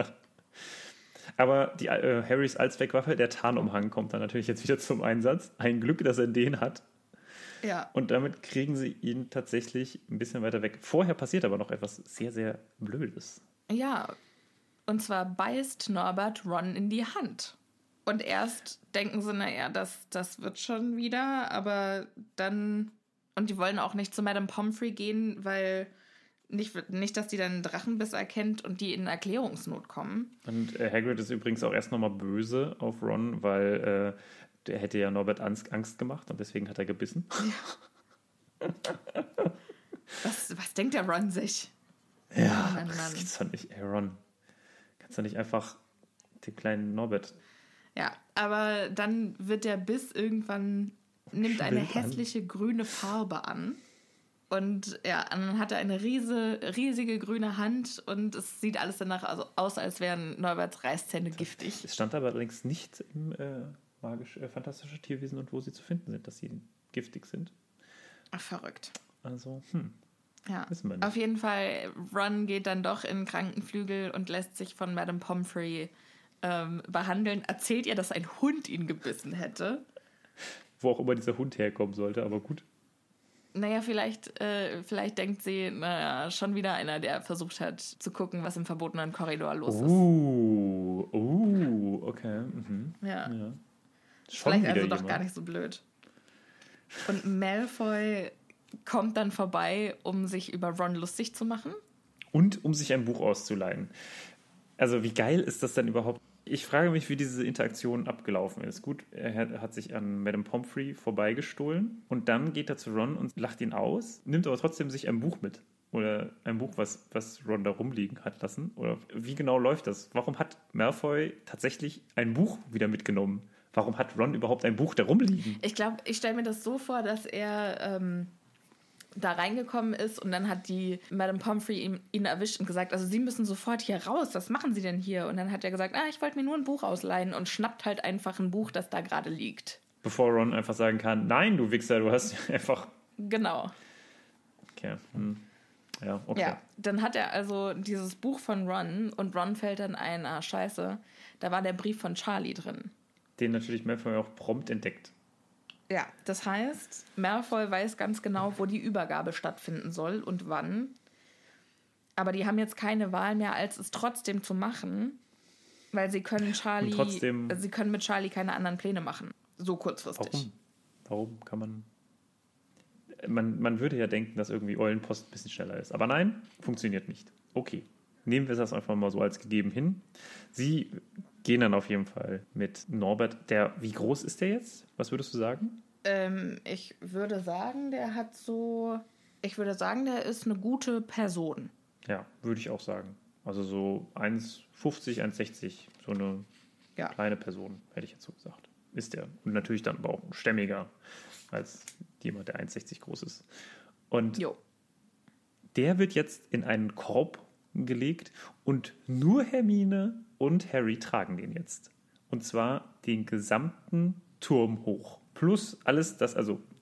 [SPEAKER 1] Aber Harrys Allzweckwaffe, der Tarnumhang, kommt dann natürlich jetzt wieder zum Einsatz. Ein Glück, dass er den hat.
[SPEAKER 2] Ja.
[SPEAKER 1] Und damit kriegen sie ihn tatsächlich ein bisschen weiter weg. Vorher passiert aber noch etwas sehr, sehr Blödes.
[SPEAKER 2] Ja, und zwar beißt Norbert Ron in die Hand. Und erst denken sie, naja, das wird schon wieder, aber dann... Und die wollen auch nicht zu Madame Pomfrey gehen, weil nicht, dass die dann einen Drachenbiss erkennt und die in Erklärungsnot kommen.
[SPEAKER 1] Und Hagrid ist übrigens auch erst nochmal böse auf Ron, weil der hätte ja Norbert Angst gemacht und deswegen hat er gebissen.
[SPEAKER 2] Ja. Was denkt der Ron sich?
[SPEAKER 1] Ja, Mann. Das geht's doch nicht. Ey, Ron, kannst du nicht einfach den kleinen Norbert...
[SPEAKER 2] Ja, aber dann wird der Biss irgendwann... nimmt eine hässliche grüne Farbe an. Und ja, dann hat er eine riesige grüne Hand und es sieht alles danach aus, als wären Norberts Reißzähne giftig.
[SPEAKER 1] Es stand aber allerdings nicht im fantastische Tierwesen und wo sie zu finden sind, dass sie giftig sind.
[SPEAKER 2] Ach, verrückt.
[SPEAKER 1] Also,
[SPEAKER 2] ja,
[SPEAKER 1] wissen wir nicht.
[SPEAKER 2] Auf jeden Fall, Ron geht dann doch in den Krankenflügel und lässt sich von Madame Pomfrey behandeln. Erzählt ihr, dass ein Hund ihn gebissen hätte.
[SPEAKER 1] Wo auch immer dieser Hund herkommen sollte, aber gut.
[SPEAKER 2] Naja, vielleicht denkt sie, naja, schon wieder einer, der versucht hat zu gucken, was im verbotenen Korridor los ist.
[SPEAKER 1] Okay. Mhm.
[SPEAKER 2] Ja.
[SPEAKER 1] Schon
[SPEAKER 2] vielleicht
[SPEAKER 1] wieder
[SPEAKER 2] also
[SPEAKER 1] jemand.
[SPEAKER 2] doch gar nicht so blöd. Und Malfoy kommt dann vorbei, um sich über Ron lustig zu machen.
[SPEAKER 1] Und um sich ein Buch auszuleihen. Also wie geil ist das denn überhaupt? Ich frage mich, wie diese Interaktion abgelaufen ist. Gut, er hat sich an Madame Pomfrey vorbeigestohlen und dann geht er zu Ron und lacht ihn aus, nimmt aber trotzdem sich ein Buch mit. Oder ein Buch, was Ron da rumliegen hat lassen. Oder wie genau läuft das? Warum hat Malfoy tatsächlich ein Buch wieder mitgenommen? Warum hat Ron überhaupt ein Buch da rumliegen?
[SPEAKER 2] Ich glaube, ich stelle mir das so vor, dass er da reingekommen ist und dann hat die Madame Pomfrey ihn erwischt und gesagt, also Sie müssen sofort hier raus, was machen Sie denn hier? Und dann hat er gesagt, ich wollte mir nur ein Buch ausleihen und schnappt halt einfach ein Buch, das da gerade liegt.
[SPEAKER 1] Bevor Ron einfach sagen kann, nein, du Wichser, du hast einfach...
[SPEAKER 2] Genau.
[SPEAKER 1] Okay. Ja, okay.
[SPEAKER 2] Ja, dann hat er also dieses Buch von Ron und Ron fällt dann ein, scheiße, da war der Brief von Charlie drin.
[SPEAKER 1] Den natürlich Malfoy auch prompt entdeckt.
[SPEAKER 2] Ja, das heißt, Malfoy weiß ganz genau, wo die Übergabe stattfinden soll und wann. Aber die haben jetzt keine Wahl mehr, als es trotzdem zu machen, weil sie können sie können mit Charlie keine anderen Pläne machen. So kurzfristig.
[SPEAKER 1] Warum kann man... Man würde ja denken, dass irgendwie Eulenpost ein bisschen schneller ist. Aber nein, funktioniert nicht. Okay, nehmen wir das einfach mal so als gegeben hin. Sie gehen dann auf jeden Fall mit Norbert. Wie groß ist der jetzt? Was würdest du sagen?
[SPEAKER 2] Ich würde sagen, der ist eine gute Person.
[SPEAKER 1] Ja, würde ich auch sagen. Also so 1,50, 1,60, so eine kleine Person, hätte ich jetzt so gesagt. Ist der. Und natürlich dann aber auch stämmiger als jemand, der 1,60 groß ist. Und der wird jetzt in einen Korb gelegt und nur Hermine und Harry tragen den jetzt. Und zwar den gesamten Turm hoch. Plus alles, das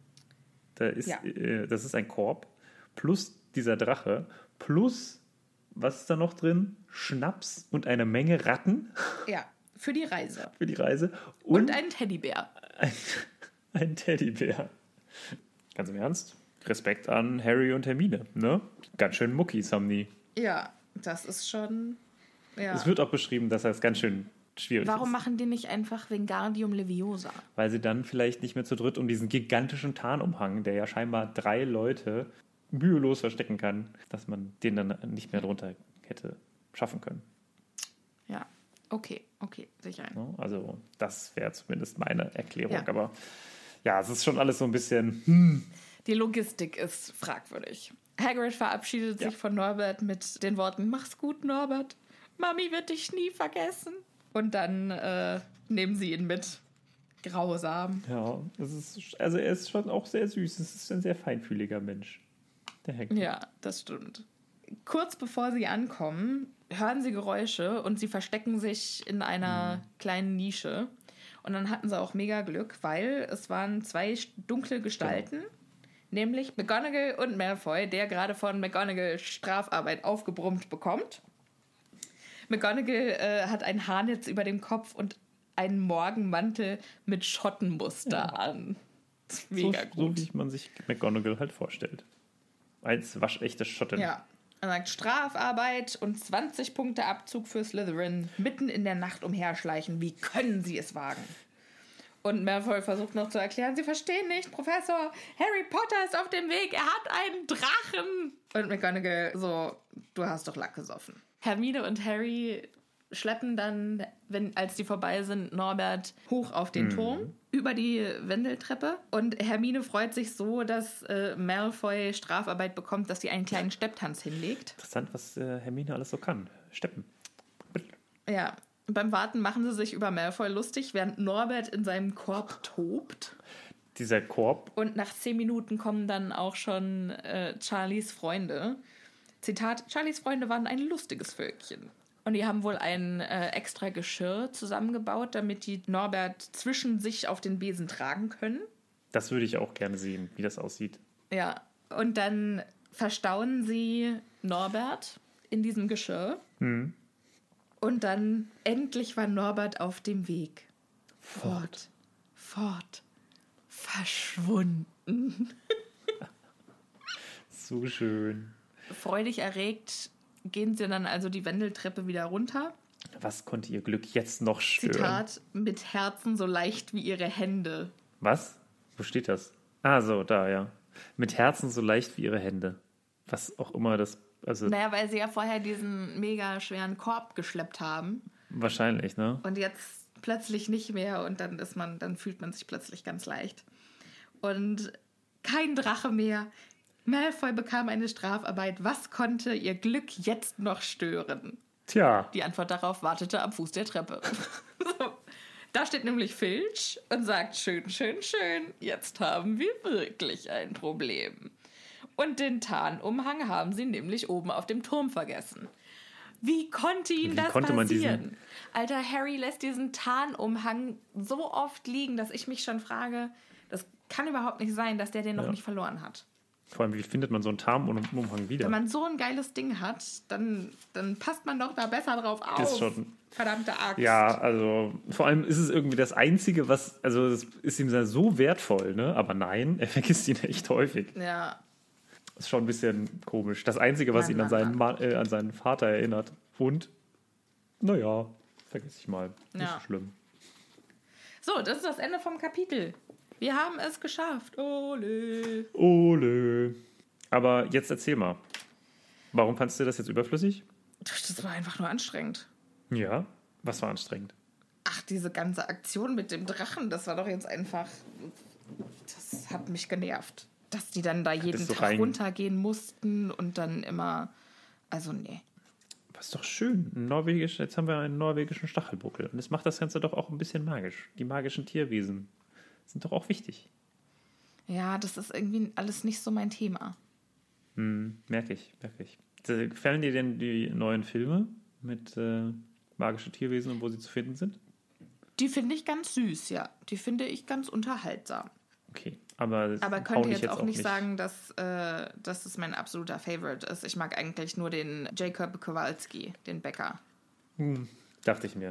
[SPEAKER 1] ist ein Korb, plus dieser Drache, plus, was ist da noch drin? Schnaps und eine Menge Ratten.
[SPEAKER 2] Ja, für die Reise.
[SPEAKER 1] Und
[SPEAKER 2] einen Teddybär.
[SPEAKER 1] Ein Teddybär. Ganz im Ernst? Respekt an Harry und Hermine, ne? Ganz schön Muckis haben die.
[SPEAKER 2] Ja, das ist schon... Ja.
[SPEAKER 1] Es wird auch beschrieben, dass das ganz schön schwierig ist.
[SPEAKER 2] Warum machen die nicht einfach Wingardium Leviosa?
[SPEAKER 1] Weil sie dann vielleicht nicht mehr zu dritt um diesen gigantischen Tarnumhang, der ja scheinbar 3 Leute mühelos verstecken kann, dass man den dann nicht mehr drunter hätte schaffen können.
[SPEAKER 2] Ja, okay, sicher.
[SPEAKER 1] Also das wäre zumindest meine Erklärung.
[SPEAKER 2] Ja.
[SPEAKER 1] Aber ja, es ist schon alles so ein bisschen...
[SPEAKER 2] Die Logistik ist fragwürdig. Hagrid verabschiedet sich von Norbert mit den Worten, mach's gut, Norbert. Mami wird dich nie vergessen. Und dann nehmen sie ihn mit. Grausam.
[SPEAKER 1] Ja, er ist schon auch sehr süß. Es ist ein sehr feinfühliger Mensch, der Hagrid.
[SPEAKER 2] Ja, das stimmt. Kurz bevor sie ankommen, hören sie Geräusche und sie verstecken sich in einer kleinen Nische. Und dann hatten sie auch mega Glück, weil es waren 2 dunkle Gestalten, nämlich McGonagall und Malfoy, der gerade von McGonagall Strafarbeit aufgebrummt bekommt. McGonagall hat ein Haarnetz über dem Kopf und einen Morgenmantel mit Schottenmuster an. Das ist mega gut.
[SPEAKER 1] So wie man sich McGonagall halt vorstellt. Als waschechte Schottin.
[SPEAKER 2] Ja. Er sagt Strafarbeit und 20 Punkte Abzug für Slytherin. Mitten in der Nacht umherschleichen. Wie können Sie es wagen? Und Malfoy versucht noch zu erklären, Sie verstehen nicht, Professor, Harry Potter ist auf dem Weg, er hat einen Drachen. Und McGonagall so, du hast doch Lack gesoffen. Hermine und Harry schleppen dann, als die vorbei sind, Norbert hoch auf den Turm, über die Wendeltreppe. Und Hermine freut sich so, dass Malfoy Strafarbeit bekommt, dass sie einen kleinen Stepptanz hinlegt.
[SPEAKER 1] Interessant, was Hermine alles so kann. Steppen.
[SPEAKER 2] Ja, beim Warten machen sie sich über Malfoy lustig, während Norbert in seinem Korb tobt.
[SPEAKER 1] Dieser Korb.
[SPEAKER 2] Und nach 10 Minuten kommen dann auch schon Charlies Freunde. Zitat, Charlies Freunde waren ein lustiges Völkchen. Und die haben wohl ein extra Geschirr zusammengebaut, damit die Norbert zwischen sich auf den Besen tragen können.
[SPEAKER 1] Das würde ich auch gerne sehen, wie das aussieht.
[SPEAKER 2] Ja, und dann verstauen sie Norbert in diesem Geschirr. Und dann endlich war Norbert auf dem Weg. Fort. Verschwunden.
[SPEAKER 1] So schön.
[SPEAKER 2] Freudig erregt gehen sie dann also die Wendeltreppe wieder runter.
[SPEAKER 1] Was konnte ihr Glück jetzt noch stören?
[SPEAKER 2] Zitat, mit Herzen so leicht wie ihre Hände.
[SPEAKER 1] Was? Wo steht das? Ah, so, da, ja. Mit Herzen so leicht wie ihre Hände. Was auch immer das... Also
[SPEAKER 2] naja, weil sie ja vorher diesen mega schweren Korb geschleppt haben.
[SPEAKER 1] Wahrscheinlich, ne?
[SPEAKER 2] Und jetzt plötzlich nicht mehr und dann fühlt man sich plötzlich ganz leicht. Und kein Drache mehr. Malfoy bekam eine Strafarbeit. Was konnte ihr Glück jetzt noch stören?
[SPEAKER 1] Tja.
[SPEAKER 2] Die Antwort darauf wartete am Fuß der Treppe. So. Da steht nämlich Filch und sagt, schön, jetzt haben wir wirklich ein Problem. Und den Tarnumhang haben sie nämlich oben auf dem Turm vergessen. Wie konnte ihnen das passieren? Alter, Harry lässt diesen Tarnumhang so oft liegen, dass ich mich schon frage, das kann überhaupt nicht sein, dass der den noch nicht verloren hat.
[SPEAKER 1] Vor allem, wie findet man so einen Tarnumhang wieder?
[SPEAKER 2] Wenn man so ein geiles Ding hat, dann passt man doch da besser drauf auf.
[SPEAKER 1] Ist schon.
[SPEAKER 2] Verdammte Axt.
[SPEAKER 1] Ja, also vor allem ist es irgendwie das Einzige, also das ist ihm so wertvoll, ne? Aber nein, er vergisst ihn echt häufig.
[SPEAKER 2] Ja.
[SPEAKER 1] Das ist schon ein bisschen komisch. Das Einzige, was ihn an seinen Vater erinnert. Und, naja, vergesse ich mal. Nicht so schlimm.
[SPEAKER 2] So, das ist das Ende vom Kapitel. Wir haben es geschafft. Ole.
[SPEAKER 1] Ole. Aber jetzt erzähl mal. Warum fandst du das jetzt überflüssig?
[SPEAKER 2] Das war einfach nur anstrengend.
[SPEAKER 1] Ja, was war anstrengend?
[SPEAKER 2] Ach, diese ganze Aktion mit dem Drachen, das war doch jetzt einfach... Das hat mich genervt. Dass die dann da jeden Tag runtergehen mussten und dann immer... Also, nee.
[SPEAKER 1] Das ist doch schön. Jetzt haben wir einen norwegischen Stachelbuckel. Und das macht das Ganze doch auch ein bisschen magisch. Die magischen Tierwesen sind doch auch wichtig.
[SPEAKER 2] Ja, das ist irgendwie alles nicht so mein Thema.
[SPEAKER 1] Merke ich. Gefallen dir denn die neuen Filme mit magischen Tierwesen und wo sie zu finden sind?
[SPEAKER 2] Die finde ich ganz süß, ja. Die finde ich ganz unterhaltsam.
[SPEAKER 1] Okay, aber
[SPEAKER 2] könnte jetzt auch nicht sagen, dass es mein absoluter Favorite ist. Ich mag eigentlich nur den Jacob Kowalski, den Bäcker.
[SPEAKER 1] Dachte ich mir.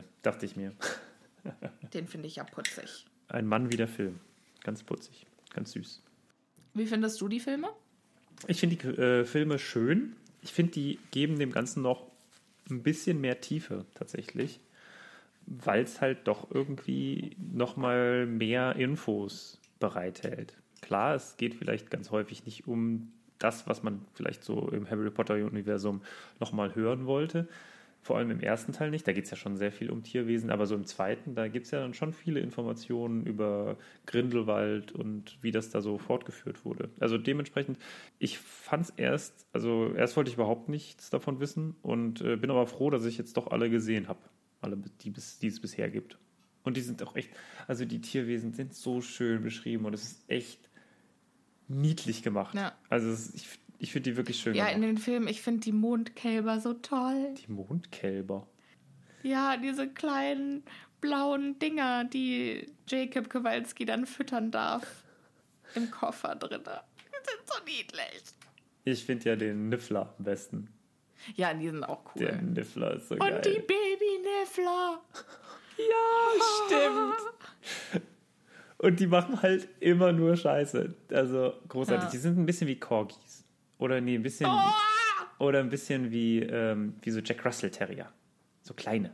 [SPEAKER 2] Den finde ich ja putzig.
[SPEAKER 1] Ein Mann wie der Film. Ganz putzig, ganz süß.
[SPEAKER 2] Wie findest du die Filme?
[SPEAKER 1] Ich finde die Filme schön. Ich finde, die geben dem Ganzen noch ein bisschen mehr Tiefe tatsächlich, weil es halt doch irgendwie nochmal mehr Infos bereithält. Klar, es geht vielleicht ganz häufig nicht um das, was man vielleicht so im Harry Potter-Universum nochmal hören wollte. Vor allem im ersten Teil nicht, da geht es ja schon sehr viel um Tierwesen, aber so im zweiten, da gibt es ja dann schon viele Informationen über Grindelwald und wie das da so fortgeführt wurde. Also dementsprechend, ich fand es erst wollte ich überhaupt nichts davon wissen und bin aber froh, dass ich jetzt doch alle gesehen habe, alle, die es bisher gibt. Und die sind auch echt, also die Tierwesen sind so schön beschrieben und es ist echt niedlich gemacht. Ja. Also ich finde die wirklich schön gemacht.
[SPEAKER 2] In den Filmen, ich finde die Mondkälber so toll.
[SPEAKER 1] Die Mondkälber?
[SPEAKER 2] Ja, diese kleinen blauen Dinger, die Jacob Kowalski dann füttern darf. Im Koffer drin. Die sind so niedlich.
[SPEAKER 1] Ich finde ja den Niffler am besten.
[SPEAKER 2] Ja, die sind auch cool.
[SPEAKER 1] Der Niffler ist so geil.
[SPEAKER 2] Und die Baby-Niffler.
[SPEAKER 1] Ja, stimmt. Und die machen halt immer nur Scheiße. Also großartig. Ja. Die sind ein bisschen wie Corgis. Oder nee, ein bisschen wie so Jack Russell Terrier. So kleine.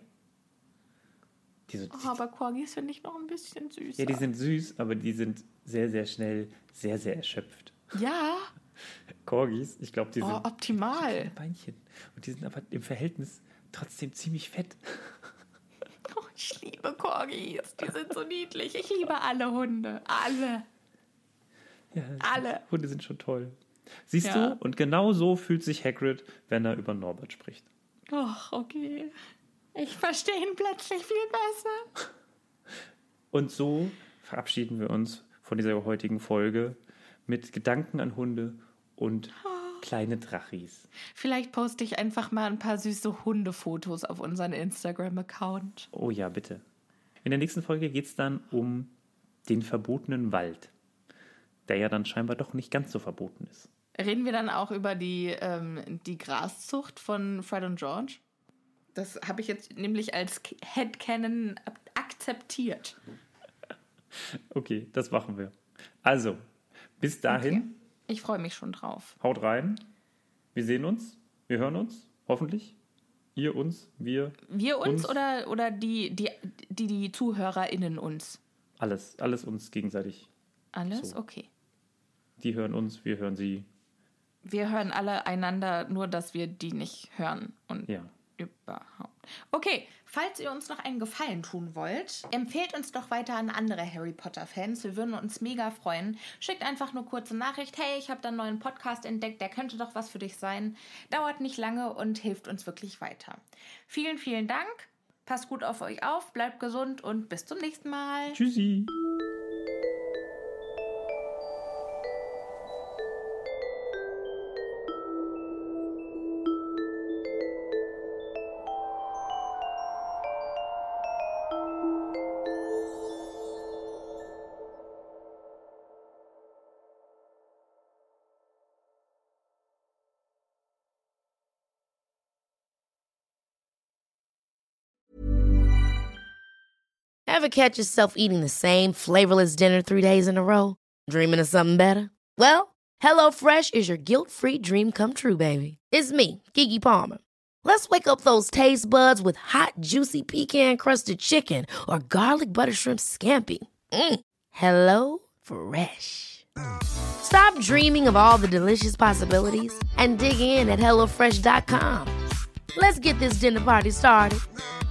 [SPEAKER 2] Aber Corgis finde ich noch ein bisschen süß.
[SPEAKER 1] Ja, die sind süß, aber die sind sehr, sehr schnell, sehr, sehr erschöpft.
[SPEAKER 2] Ja.
[SPEAKER 1] Corgis, ich glaube, die sind
[SPEAKER 2] optimal.
[SPEAKER 1] Kleine Beinchen. Und die sind aber im Verhältnis trotzdem ziemlich fett.
[SPEAKER 2] Oh, ich liebe Corgis. Die sind so niedlich. Ich liebe alle Hunde. Alle.
[SPEAKER 1] Ja,
[SPEAKER 2] alle.
[SPEAKER 1] Hunde sind schon toll. Siehst du? Und genau so fühlt sich Hagrid, wenn er über Norbert spricht.
[SPEAKER 2] Ach, okay. Ich verstehe ihn plötzlich viel besser.
[SPEAKER 1] Und so verabschieden wir uns von dieser heutigen Folge mit Gedanken an Hunde und kleine Drachis.
[SPEAKER 2] Vielleicht poste ich einfach mal ein paar süße Hundefotos auf unseren Instagram-Account.
[SPEAKER 1] Oh ja, bitte. In der nächsten Folge geht es dann um den verbotenen Wald, der ja dann scheinbar doch nicht ganz so verboten ist.
[SPEAKER 2] Reden wir dann auch über die Graszucht von Fred und George? Das habe ich jetzt nämlich als Headcanon akzeptiert.
[SPEAKER 1] Okay, das machen wir. Also, bis dahin. Okay.
[SPEAKER 2] Ich freue mich schon drauf.
[SPEAKER 1] Haut rein. Wir sehen uns. Wir hören uns. Hoffentlich. Ihr uns. Wir
[SPEAKER 2] uns oder die ZuhörerInnen uns?
[SPEAKER 1] Alles uns gegenseitig.
[SPEAKER 2] Alles?
[SPEAKER 1] So.
[SPEAKER 2] Okay.
[SPEAKER 1] Die hören uns, wir hören sie.
[SPEAKER 2] Wir hören alle einander, nur dass wir die nicht hören. Und
[SPEAKER 1] ja.
[SPEAKER 2] Überhaupt. Okay, falls ihr uns noch einen Gefallen tun wollt, empfehlt uns doch weiter an andere Harry Potter-Fans. Wir würden uns mega freuen. Schickt einfach nur kurze Nachricht. Hey, ich habe da einen neuen Podcast entdeckt, der könnte doch was für dich sein. Dauert nicht lange und hilft uns wirklich weiter. Vielen, vielen Dank. Passt gut auf euch auf, bleibt gesund und bis zum nächsten Mal.
[SPEAKER 1] Tschüssi.
[SPEAKER 3] Ever catch yourself eating the same flavorless dinner 3 days in a row? Dreaming of something better? Well, HelloFresh is your guilt-free dream come true, baby. It's me, Keke Palmer. Let's wake up those taste buds with hot, juicy pecan-crusted chicken or garlic butter shrimp scampi. Hello Fresh. Stop dreaming of all the delicious possibilities and dig in at HelloFresh.com. Let's get this dinner party started.